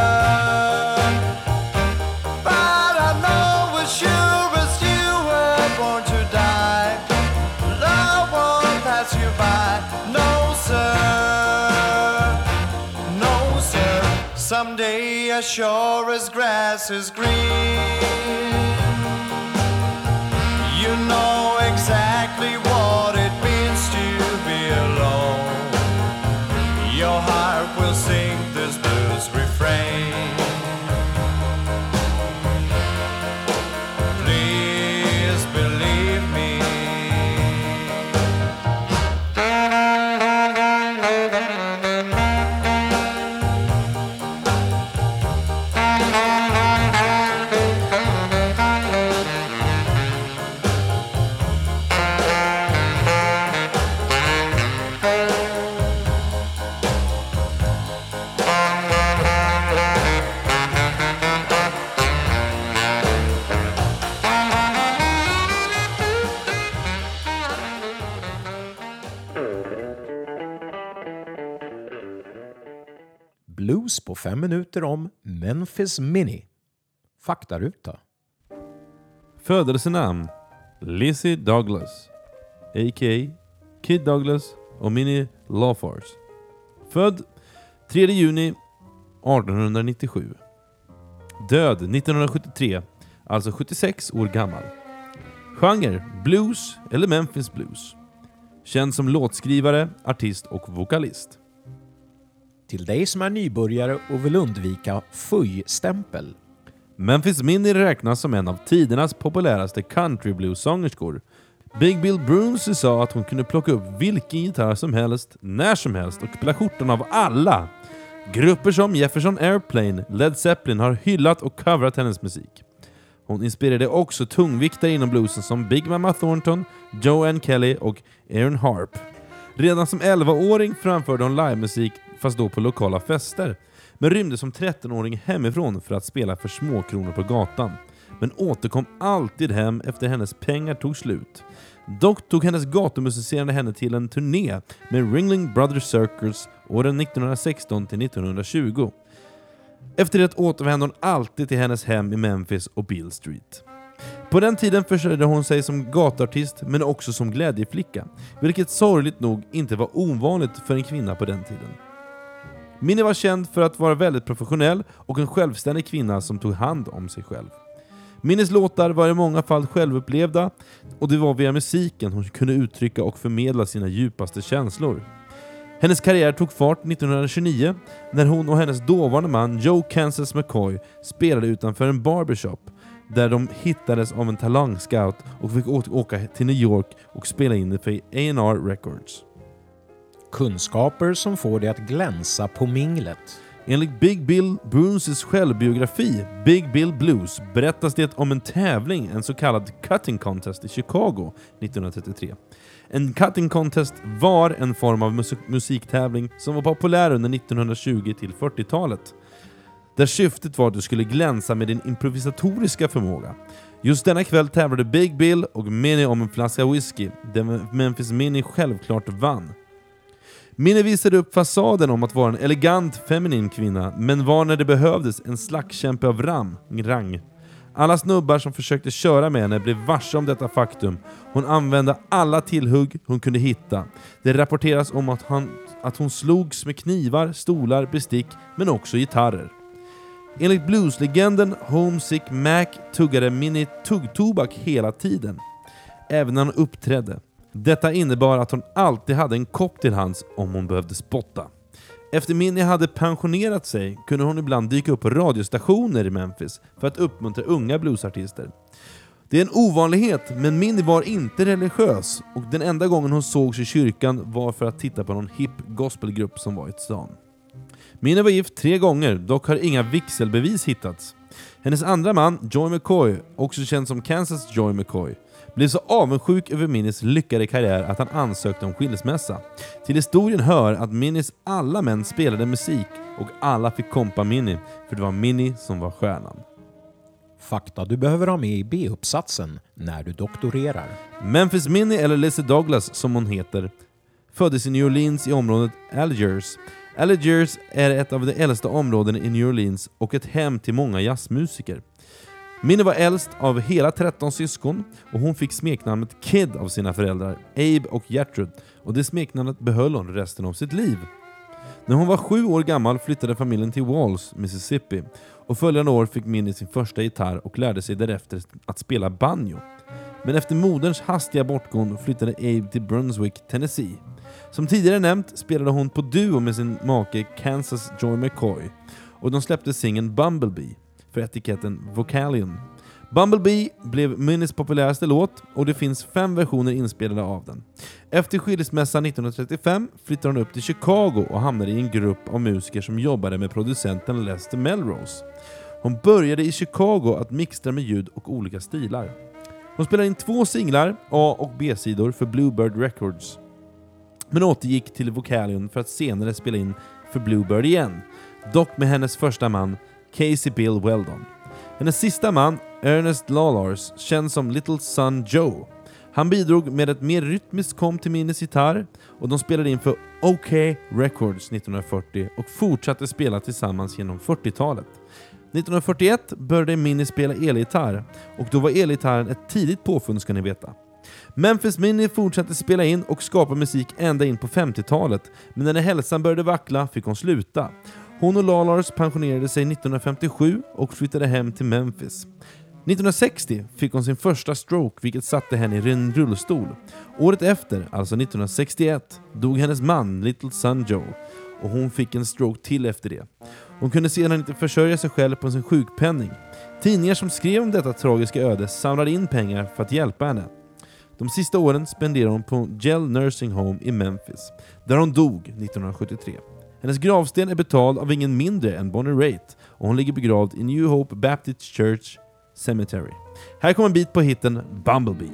But I know as sure as you were born to die, love won't pass you by. No, sir. No, sir. Someday as sure as grass is green, you know exactly what it means to be alone. Your heart will sing this blues refrain. Please believe me. Blues på 5 minuter om Memphis Minnie. Faktaruta. Födelsenamn: Lizzie Douglas, a.k.a. Kid Douglas och Minnie Lawfors. Född 3 juni 1897. Död 1973, alltså 76 år gammal. Genre: blues eller Memphis Blues. Känd som låtskrivare, artist och vokalist. Till dig som är nybörjare och vill undvika fuj-stämpel. Memphis Minnie räknas som en av tidernas populäraste country blues-sångerskor. Big Bill Brunsey sa att hon kunde plocka upp vilken gitarr som helst, när som helst och spela skjortan av alla. Grupper som Jefferson Airplane, Led Zeppelin har hyllat och coverat hennes musik. Hon inspirerade också tungviktare inom bluesen som Big Mama Thornton, Joanne Kelly och Aaron Harp. Redan som 11-åring framförde hon livemusik, fast då på lokala fester, men rymde som 13-åring hemifrån för att spela för småkronor på gatan. Men återkom alltid hem efter hennes pengar tog slut. Dock tog hennes gatumusicerande henne till en turné med Ringling Brothers Circus åren 1916 till 1920. Efter det återvände hon alltid till hennes hem i Memphis och Beale Street. På den tiden försörjde hon sig som gatartist men också som glädjeflicka, vilket sorgligt nog inte var ovanligt för en kvinna på den tiden. Minnie var känd för att vara väldigt professionell och en självständig kvinna som tog hand om sig själv. Minnies låtar var i många fall självupplevda och det var via musiken hon kunde uttrycka och förmedla sina djupaste känslor. Hennes karriär tog fart 1929 när hon och hennes dåvarande man Joe Kansas McCoy spelade utanför en barbershop där de hittades av en talangscout och fick åka till New York och spela in det för A&R Records. Kunskaper som får dig att glänsa på minglet. Enligt Big Bill Brunsys självbiografi Big Bill Blues berättas det om en tävling, en så kallad cutting contest i Chicago 1933. En cutting contest var en form av musiktävling som var populär under 1920 till 40-talet. Där syftet var att du skulle glänsa med din improvisatoriska förmåga. Just denna kväll tävlade Big Bill och Minnie om en flaska whisky, där Memphis Minnie självklart vann. Minnie visade upp fasaden om att vara en elegant feminin kvinna, men var när det behövdes en slagskämpe av rang. Alla snubbar som försökte köra med henne blev varse om detta faktum. Hon använde alla tillhugg hon kunde hitta. Det rapporteras om att hon slogs med knivar, stolar, bestick, men också gitarrer. Enligt blueslegenden Homesick Mac tuggade Minnie tuggtobak hela tiden, även när hon uppträdde. Detta innebar att hon alltid hade en kopp till hands om hon behövde spotta. Efter Minnie hade pensionerat sig kunde hon ibland dyka upp på radiostationer i Memphis för att uppmuntra unga bluesartister. Det är en ovanlighet, men Minnie var inte religiös och den enda gången hon sågs i kyrkan var för att titta på någon hip gospelgrupp som var i stan. Minnie var gift 3 gånger, dock har inga vigselbevis hittats. Hennes andra man, Joy McCoy, också känd som Kansas Joy McCoy, blev så avundsjuk över Minnies lyckade karriär att han ansökte om skilsmässa. Till historien hör att Minnies alla män spelade musik och alla fick kompa Minnie, för det var Minnie som var stjärnan. Fakta du behöver ha med i B-uppsatsen när du doktorerar. Memphis Minnie, eller Lizzie Douglas som hon heter, föddes i New Orleans i området Algiers, Algiers är ett av de äldsta områdena i New Orleans och ett hem till många jazzmusiker. Minnie var äldst av hela 13 syskon och hon fick smeknamnet Kid av sina föräldrar, Abe och Gertrude, och det smeknamnet behöll hon resten av sitt liv. När hon var 7 år gammal flyttade familjen till Walls, Mississippi, och följande år fick Minnie sin första gitarr och lärde sig därefter att spela banjo. Men efter moderns hastiga bortgång flyttade Abe till Brunswick, Tennessee. Som tidigare nämnt spelade hon på duo med sin make Kansas Joy McCoy, och de släppte singeln Bumblebee för etiketten Vocalion. Bumblebee blev Minnies populäraste låt och det finns 5 versioner inspelade av den. Efter skilsmässan 1935 flyttade hon upp till Chicago och hamnade i en grupp av musiker som jobbade med producenten Lester Melrose. Hon började i Chicago att mixtra med ljud och olika stilar. Hon spelade in 2 singlar, A- och B-sidor, för Bluebird Records. Men återgick till Vocalion för att senare spela in för Bluebird igen, dock med hennes första man, Casey Bill Weldon. Hennes sista man, Ernest Lawlars, känd som Little Son Joe. Han bidrog med ett mer rytmiskt kom till Minnies gitarr och de spelade in för OK Records 1940 och fortsatte spela tillsammans genom 40-talet. 1941 började Minnie spela elgitarr och då var elgitarren ett tidigt påfund, ska ni veta. Memphis Minnie fortsatte spela in och skapa musik ända in på 50-talet, men när hälsan började vackla fick hon sluta. Hon och Lawlars pensionerade sig 1957 och flyttade hem till Memphis. 1960 fick hon sin första stroke, vilket satte henne i en rullstol. Året efter, alltså 1961, dog hennes man Little Son Joe och hon fick en stroke till efter det. Hon kunde sedan inte försörja sig själv på sin sjukpenning. Tidningar som skrev om detta tragiska öde samlade in pengar för att hjälpa henne. De sista åren spenderade hon på Gell Nursing Home i Memphis, där hon dog 1973. Hennes gravsten är betald av ingen mindre än Bonnie Raitt och hon ligger begravd i New Hope Baptist Church Cemetery. Här kommer en bit på hitten Bumblebee.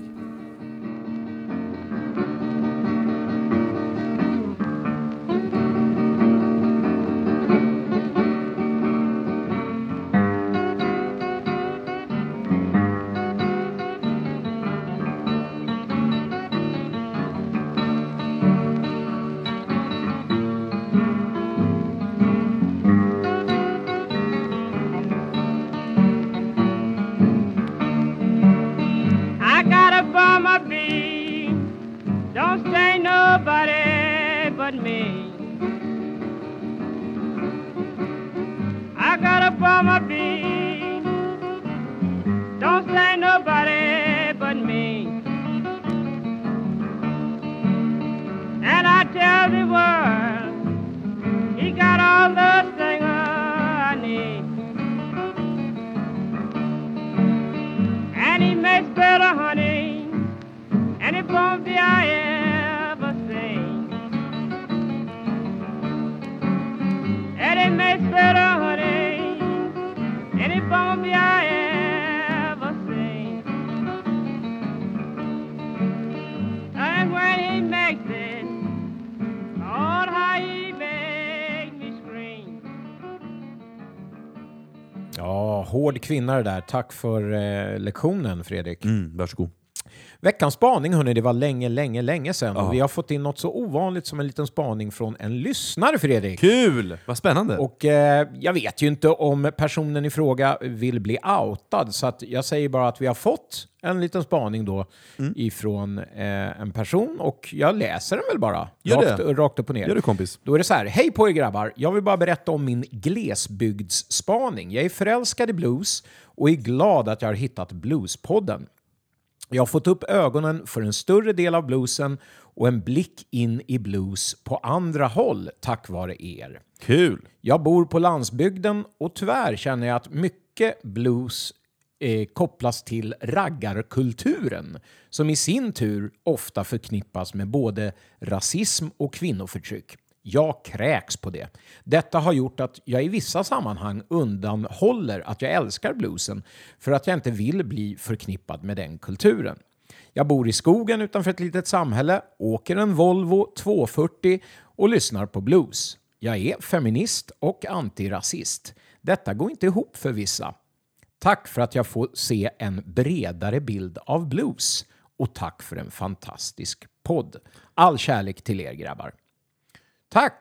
Hård kvinna det där. Tack för lektionen, Fredrik. Varsågod. Veckans spaning, hörni, det var länge sedan. Och vi har fått in något så ovanligt som en liten spaning från en lyssnare, Fredrik. Kul! Vad spännande. Och jag vet ju inte om personen i fråga vill bli outad, så att jag säger bara att vi har fått en liten spaning då ifrån en person, och jag läser den väl bara. Rakt upp och ner. Gör det, kompis. Då är det så här: hej på er grabbar, jag vill bara berätta om min glesbygdsspaning. Jag är förälskad i blues och är glad att jag har hittat Bluespodden. Jag har fått upp ögonen för en större del av bluesen och en blick in i blues på andra håll tack vare er. Kul! Jag bor på landsbygden och tyvärr känner jag att mycket blues kopplas till raggarkulturen, som i sin tur ofta förknippas med både rasism och kvinnoförtryck. Jag kräks på det. Detta har gjort att jag i vissa sammanhang undanhåller att jag älskar bluesen för att jag inte vill bli förknippad med den kulturen. Jag bor i skogen utanför ett litet samhälle, åker en Volvo 240 och lyssnar på blues. Jag är feminist och antirasist. Detta går inte ihop för vissa. Tack för att jag får se en bredare bild av blues. Och tack för en fantastisk podd. All kärlek till er, grabbar. Tack!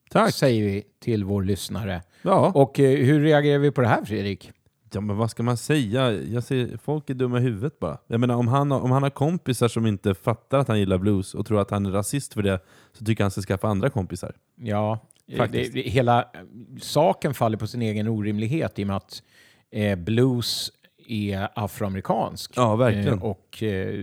Tack. säger vi till vår lyssnare. Ja. Och hur reagerar vi på det här, Fredrik? Ja, men vad ska man säga? Jag ser, folk är dumma i huvudet bara. Jag menar, om han har kompisar som inte fattar att han gillar blues och tror att han är rasist för det, så tycker han ska skaffa andra kompisar. Ja, Faktiskt. hela saken faller på sin egen orimlighet i och med att blues är afroamerikansk. Ja, verkligen. Och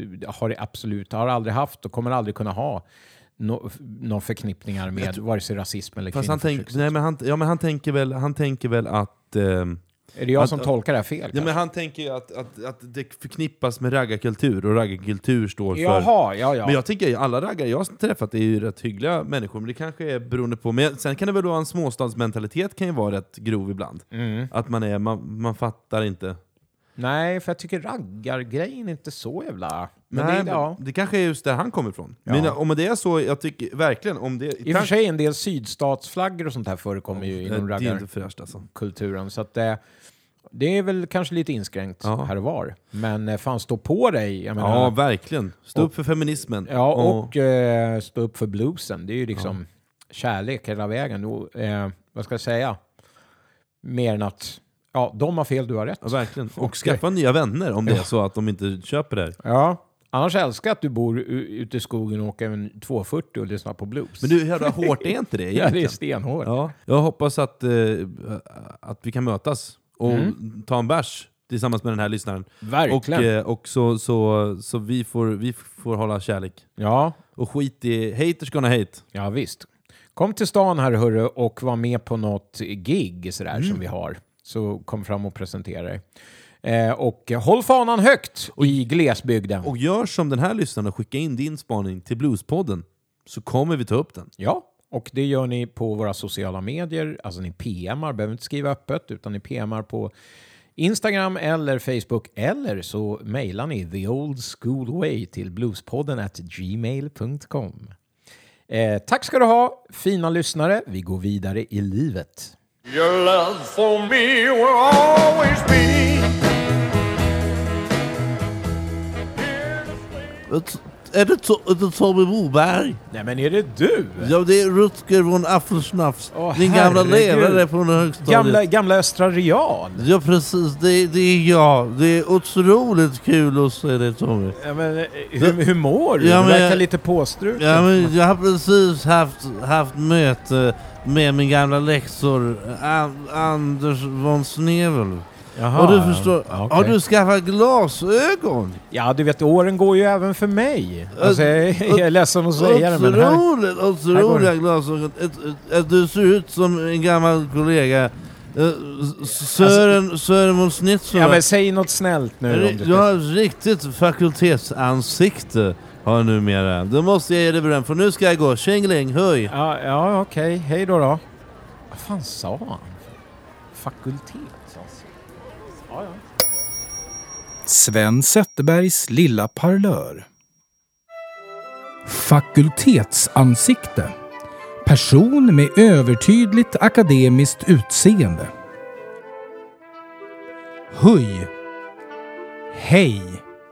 har aldrig haft och kommer aldrig kunna ha några förknippningar med vare sig rasism eller kvinnoförtryck. Han tänker väl att... Är det jag som tolkar det här fel? Ja, men han tänker ju att det förknippas med raggarkultur, och raggarkultur står för... Jaha, ja. Men jag tänker alla raggare jag har träffat är ju rätt hyggliga människor, men det kanske är beroende på... Men sen kan det väl vara en småstadsmentalitet, kan ju vara rätt grov ibland. Att man fattar inte. Nej, för jag tycker raggargrejen är inte så jävla... Men det kanske är just där han kommer ifrån. Ja. Men om det är så, jag tycker verkligen... Om det, I och för sig en del sydstatsflaggor och sånt här förekommer ju inom det är inte fräscht alltså. raggarkulturen. Så att det är väl kanske lite inskränkt här och var. Men fan, stå på dig. Jag menar, Ja, verkligen. Stå upp för feminismen. Ja, och stå upp för bluesen. Det är ju liksom kärlek hela vägen. Och, vad ska jag säga? Mer än att de har fel, du har rätt. Ja, verkligen. Och skaffa nya vänner om det är så att de inte köper det här. Ja, annars älskar jag att du bor ute i skogen och åker en 240 och lyssnar på blues. Men du, hur hårt är inte det egentligen? Ja, det är stenhårt. Ja, jag hoppas att vi kan mötas och ta en bärs tillsammans med den här lyssnaren. Verkligen. Och så vi får hålla kärlek. Ja. Och skit i haters gonna hate. Ja, visst. Kom till stan här, hörru, och var med på något gig sådär som vi har. Så kom fram och presentera dig. Och håll fanan högt i glesbygden. Och gör som den här lyssnaren och skicka in din spaning till Bluespodden, så kommer vi ta upp den. Ja, och det gör ni på våra sociala medier. Alltså ni PMar, behöver inte skriva öppet, utan ni PMar på Instagram eller Facebook, eller så mejlar ni the old school way till bluespodden@gmail.com. Tack ska du ha, fina lyssnare. Vi går vidare i livet. Your love for me will always be. Är det Tommy Boberg? Nej, men är det du? Ja, det är Rutger von Affelsnafs. Åh, din gamla herregud. lärare från högstadiet. Gamla Östra Real. Ja, precis. Det är jag. Det är otroligt kul att se dig, Tommy. Ja, men, hur mår du? Ja, Du men verkar lite påstruken. Ja, men jag har precis haft möte med min gamla lektor Anders von Snevel. Jaha, Och du förstår, okej. har du skaffat glasögon? Ja, du vet, åren går ju även för mig. Alltså, jag är ledsen att säga det, men Otroliga glasögon. Du ser ut som en gammal kollega. Sören von Snitzel. Ja, men säg något snällt nu. Du har ett riktigt fakultetsansikte. Har numera. Då måste jag ge dig beröm, för nu ska jag gå. Tjängeling, höj. Ja, okej. Hej då. Vad fan sa han? Fakultet, alltså. Ja. Sven Zetterbergs lilla parlör. Fakultetsansikte. Person med övertydligt akademiskt utseende. Höj. Hej.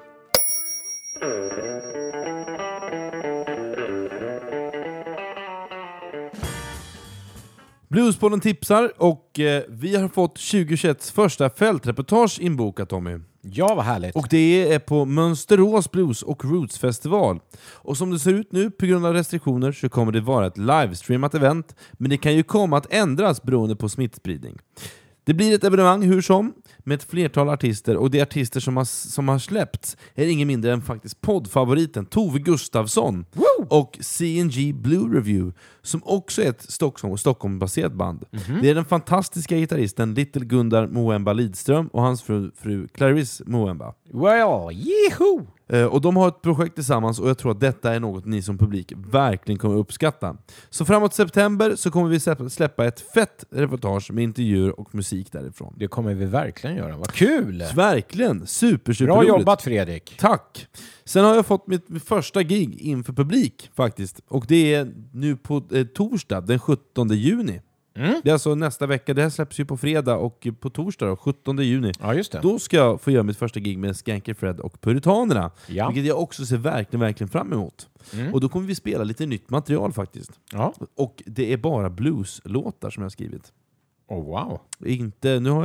Bluespodden tipsar, och vi har fått 2021s första fältreportage inbokat, Tommy. Ja, vad härligt. Och det är på Mönsterås Blues och Roots festival. Och som det ser ut nu, på grund av restriktioner, så kommer det vara ett livestreamat event, men det kan ju komma att ändras beroende på smittspridning. Det blir ett evenemang hur som, med ett flertal artister, och de artister som har släppts är ingen mindre än faktiskt poddfavoriten Tove Gustafsson. Woo! Och CNG Blue Review, som också är ett Stockholm-baserat band. Det är den fantastiska gitarristen Little Gundar Moemba Lidström och hans fru Clarice Moemba. Well, jeho! Och de har ett projekt tillsammans, och jag tror att detta är något ni som publik verkligen kommer uppskatta. Så framåt september så kommer vi släppa ett fett reportage med intervjuer och musik därifrån. Det kommer vi verkligen göra. Vad kul! Verkligen! Super Bra roligt. jobbat, Fredrik. Tack! Sen har jag fått mitt första gig inför publik faktiskt. Och det är nu på torsdag den 17 juni. Det är alltså nästa vecka. Det här släpps ju på fredag och på torsdag då, 17 juni. Ja, just det. Då ska jag få göra mitt första gig med Skanky Fred och Puritanerna. Ja. Vilket jag också ser verkligen fram emot. Och då kommer vi spela lite nytt material faktiskt. Ja. Och det är bara blueslåtar som jag har skrivit. Oh, wow. Inte, nu har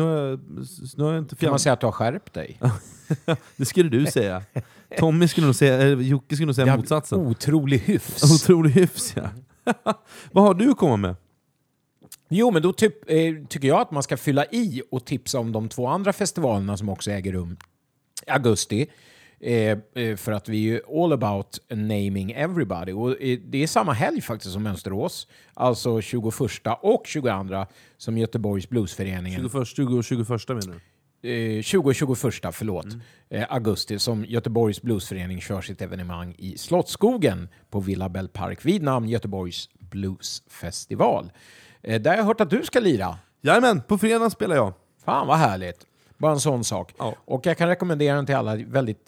jag inte Kan man säga att du har skärpt dig? Det skulle du säga. Tommy skulle nog säga, Jocke skulle nog säga motsatsen. Otrolig hyfs. Otrolig hyfs, ja. Vad har du att komma med? Jo, men då tycker jag att man ska fylla i och tipsa om de 2 andra festivalerna som också äger rum i augusti. För att vi är ju all about naming everybody. Och det är samma helg faktiskt som Mönsterås. Alltså 21 och 22 som Göteborgs Bluesföreningen. 20 och 21 menar du? 20 och 21, förlåt. Augusti som Göteborgs Bluesförening kör sitt evenemang i Slottsskogen på Villa Bell Park vid namn Göteborgs Bluesfestival. Där har jag hört att du ska lira. Jajamän, på fredag spelar jag. Fan vad härligt. Bara en sån sak. Ja. Och jag kan rekommendera den till alla. Väldigt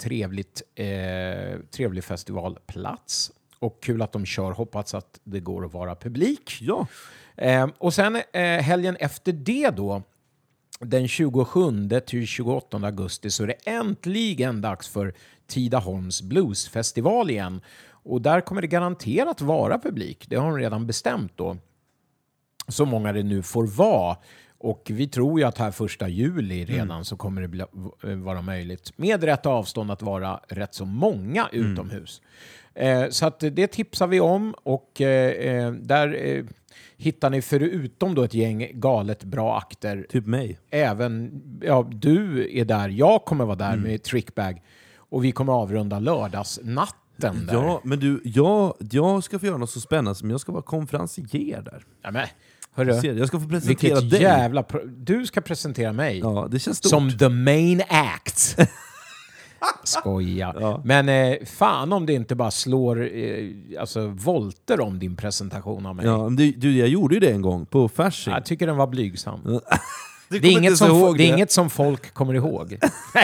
trevlig festivalplats. Och kul att de kör. Hoppas att det går att vara publik. Ja. Och sen helgen efter det då, den 27 till 28 augusti, så är det äntligen dags för Tidaholms Bluesfestival igen. Och där kommer det garanterat vara publik. Det har de redan bestämt då. Så många det nu får vara. Och vi tror ju att här 1 juli redan så kommer det vara möjligt med rätt avstånd att vara rätt så många utomhus. Så att det tipsar vi om och där hittar ni förutom då ett gäng galet bra akter. Typ mig. Även, ja, du är där, jag kommer vara där med Trickbag och vi kommer avrunda lördagsnatten där. Ja, men du, jag ska få göra något så spännande som jag ska vara konferencier där. Ja, men, hörru, Jag ska få presentera vilket dig. jävla... Du ska presentera mig. Ja, det känns stort. Som the main act. Skoja. Ja. Men fan om det inte bara slår volter om din presentation av mig. Ja, men jag gjorde ju det en gång på Fasching. Jag tycker den var blygsam. Du Det är, kommer inte så ihåg det är inget som folk kommer ihåg.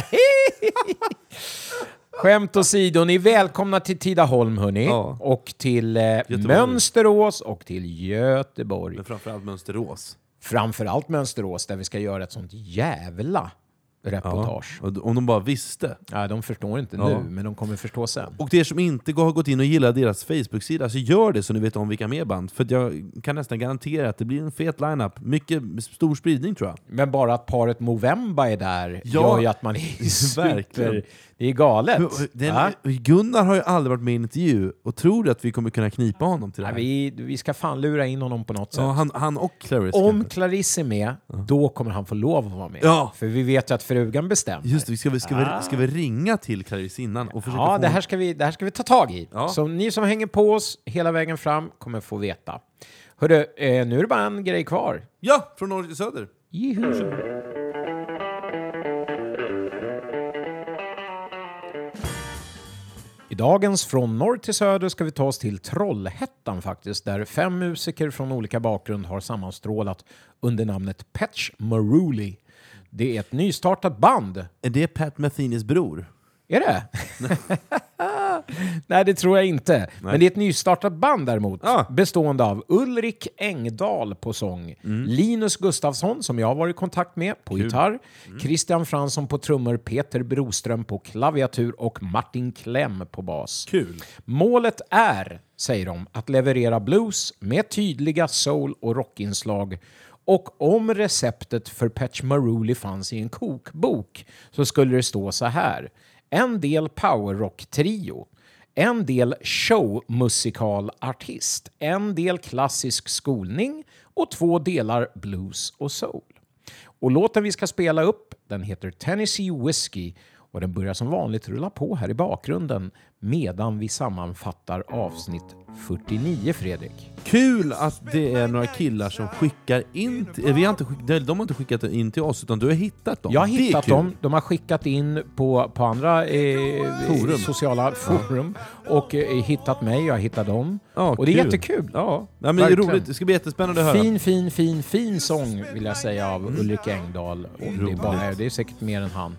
Skämt åsido, ni är välkomna till Tidaholm, hörni. Ja. Och till Mönsterås och till Göteborg. Men framförallt Mönsterås. Framförallt Mönsterås där vi ska göra ett sånt jävla reportage. Ja, om de bara visste. Ja, de förstår inte Ja. nu, men de kommer förstå sen. Och det som inte har gått in och gillat deras Facebook-sida, så gör det så ni vet om vilka mer band. För att jag kan nästan garantera att det blir en fet lineup. Mycket stor spridning tror jag. Men bara att paret Movember är där Ja, gör ju att man är verkligen. super... Det är galet. Gunnar har ju aldrig varit med i en intervju och tror att vi kommer kunna knipa honom till det Ja, här. vi ska fan lura in honom på något sätt. Ja, han och Clarice. Om kanske. Clarisse är med, då kommer han få lov att vara med. Ja. För vi vet ju att frugan bestämmer. Just det, ska vi ringa till Clarice innan och försöka Ja, få det här ska vi ta tag i. Ja. Så ni som hänger på oss hela vägen fram kommer få veta. Hörru, nu är det bara en grej kvar. Ja, från norr till söder. Juhu. I dagens Från norr till söder ska vi ta oss till Trollhättan faktiskt, där 5 musiker från olika bakgrund har sammanstrålat under namnet Patch Maruli. Det är ett nystartat band. Är det Pat Metheny's bror? Är det? Nej, det tror jag inte. Men det är ett nystartat band däremot. Bestående av Ulrik Engdahl på sång. Linus Gustafsson, som jag har varit i kontakt med, på gitarr. Christian Fransson på trummor. Peter Broström på klaviatur. Och Martin Klem på bas. Kul. Målet är, säger de, att leverera blues med tydliga soul- och rockinslag. Och om receptet för Patch Maruli fanns i en kokbok så skulle det stå så här. En del powerrock-trio, en del showmusikalartist, en del klassisk skolning och 2 delar blues och soul. Och låten vi ska spela upp, den heter Tennessee Whiskey och den börjar som vanligt rulla på här i bakgrunden medan vi sammanfattar avsnitt 49, Fredrik. Kul att det är några killar som skickar in de har inte skickat in till oss utan du har hittat dem. Jag har Det är hittat kul. dem. De har skickat in på andra sociala forum och hittat mig. Jag hittat dem. Ja, och det är kul. jättekul. Ja, men det är Verkligen. roligt. Det ska bli jättespännande att höra. Fin sång vill jag säga av Ulrik Engdahl. Och det är säkert mer än han.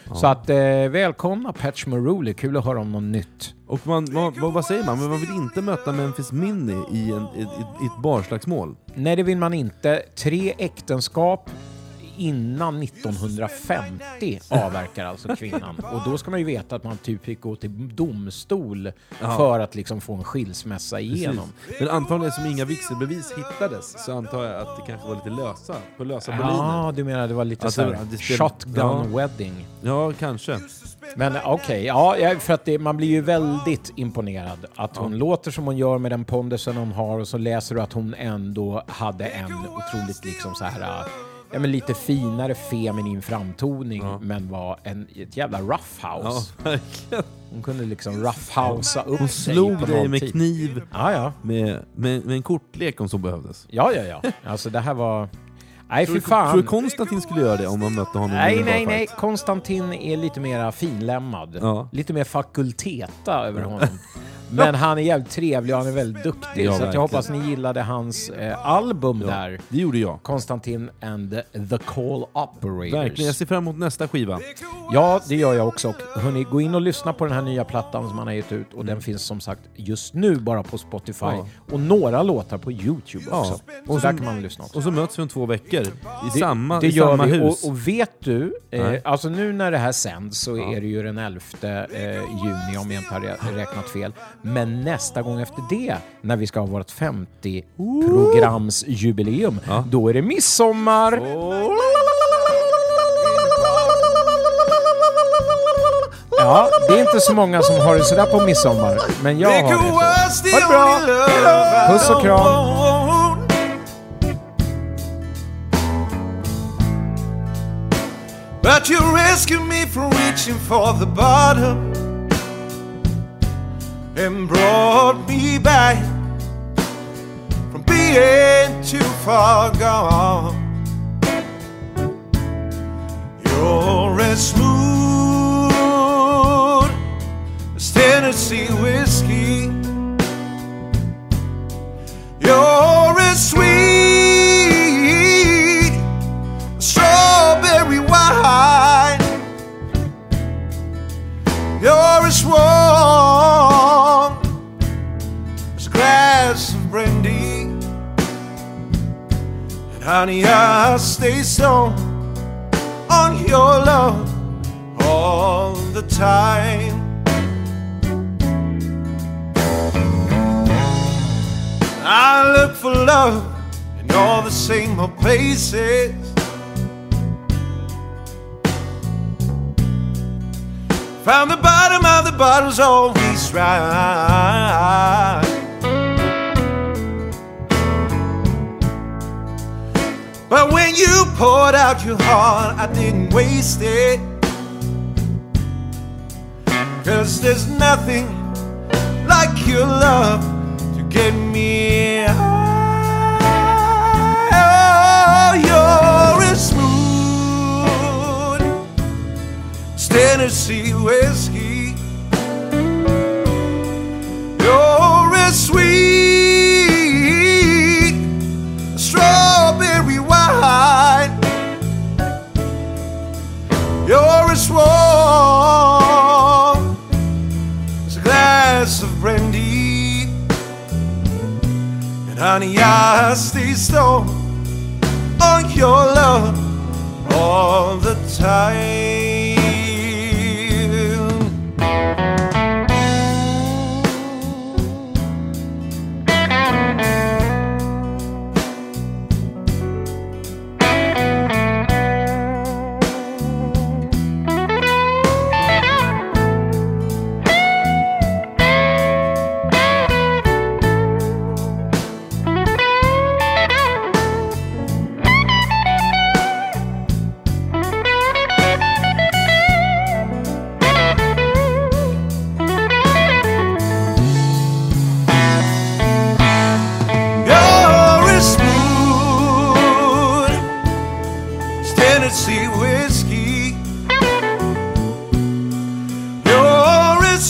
Så att välkomna Patch Maruli, kul att höra om något nytt. Och vad säger man? Men man vill inte möta Memphis Minnie i ett barslagsmål. Nej, det vill man inte. 3 äktenskap innan 1950 avverkar alltså kvinnan. Och då ska man ju veta att man typ fick gå till domstol för att liksom få en skilsmässa igenom. Precis. Men antagligen som inga vigselbevis hittades så antar jag att det kanske var lite lösa boliner. Ja, du menar det var lite så här shotgun wedding. Ja, kanske. Men okej, ja, för att man blir ju väldigt imponerad att hon låter som hon gör med den pondusen hon har, och så läser du att hon ändå hade en otroligt liksom så här, ja, men lite finare feminin framtoning, men var ett jävla roughhouse. Ja, verkligen. Hon kunde liksom roughhousea upp hon sig slog på dig med nolltid. kniv Ja. med en kortlek om så behövdes. Ja. Alltså det här var... Nej, för Tror fan. du Konstantin skulle göra det om man mötte honom? Nej. Konstantin är lite mer finlämmad. Ja. Lite mer fakulteta över honom. Men han är jävligt trevlig och han är väldigt duktig. Ja, så att jag verkligen. hoppas ni gillade hans album där. Det gjorde jag. Konstantin and the Call Operators. Verkligen, jag ser fram emot nästa skiva. Ja, det gör jag också. Och hörni, gå in och lyssna på den här nya plattan som han har gett ut. Och den finns som sagt just nu bara på Spotify. Ja. Och några låtar på YouTube också. Så Och där kan man lyssna också. Och så möts vi om 2 veckor i Det samma gör vi. hus. Och vet du, Nej. alltså nu när det här sänds så är det ju den 11 juni om jag inte har räknat fel. Men nästa gång efter det, när vi ska ha vårt 50-programsjubileum, då är det midsommar. Ja, det är inte så många som har det sådär på midsommar, men jag har det så. Ha det bra! Puss och kram! But you rescued me from reaching for the bottom and brought me back from being too far gone. You're as smooth as Tennessee whiskey. You're as sweet as strawberry wine. You're as warm as a glass of brandy. And honey, I stay so on your love all the time. I look for love in all the same old places. Found the bottom of the bottle's always right. But when you poured out your heart, I didn't waste it. 'Cause there's nothing like your love to get me high. Oh, you're as smooth as Tennessee whiskey. You're as sweet as strawberry wine. You're as warm as a glass of brandy. And honey, I stay stoned on your love all the time. Tennessee whiskey. You're as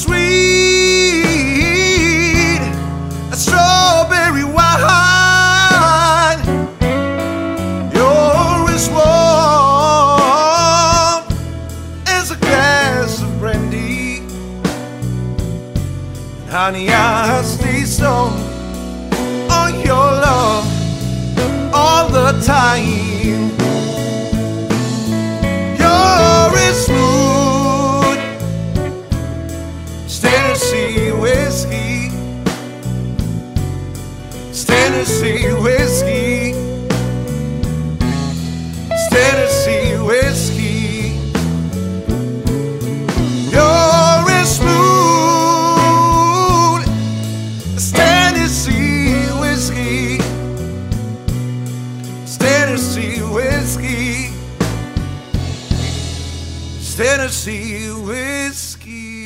sweet as strawberry wine. You're as warm as a glass honey, I stay strong on your love all the time. You're as smooth as Tennessee whiskey, Tennessee whiskey, Tennessee whiskey. You're as smooth as Tennessee whiskey, Tennessee whiskey, Tennessee whiskey.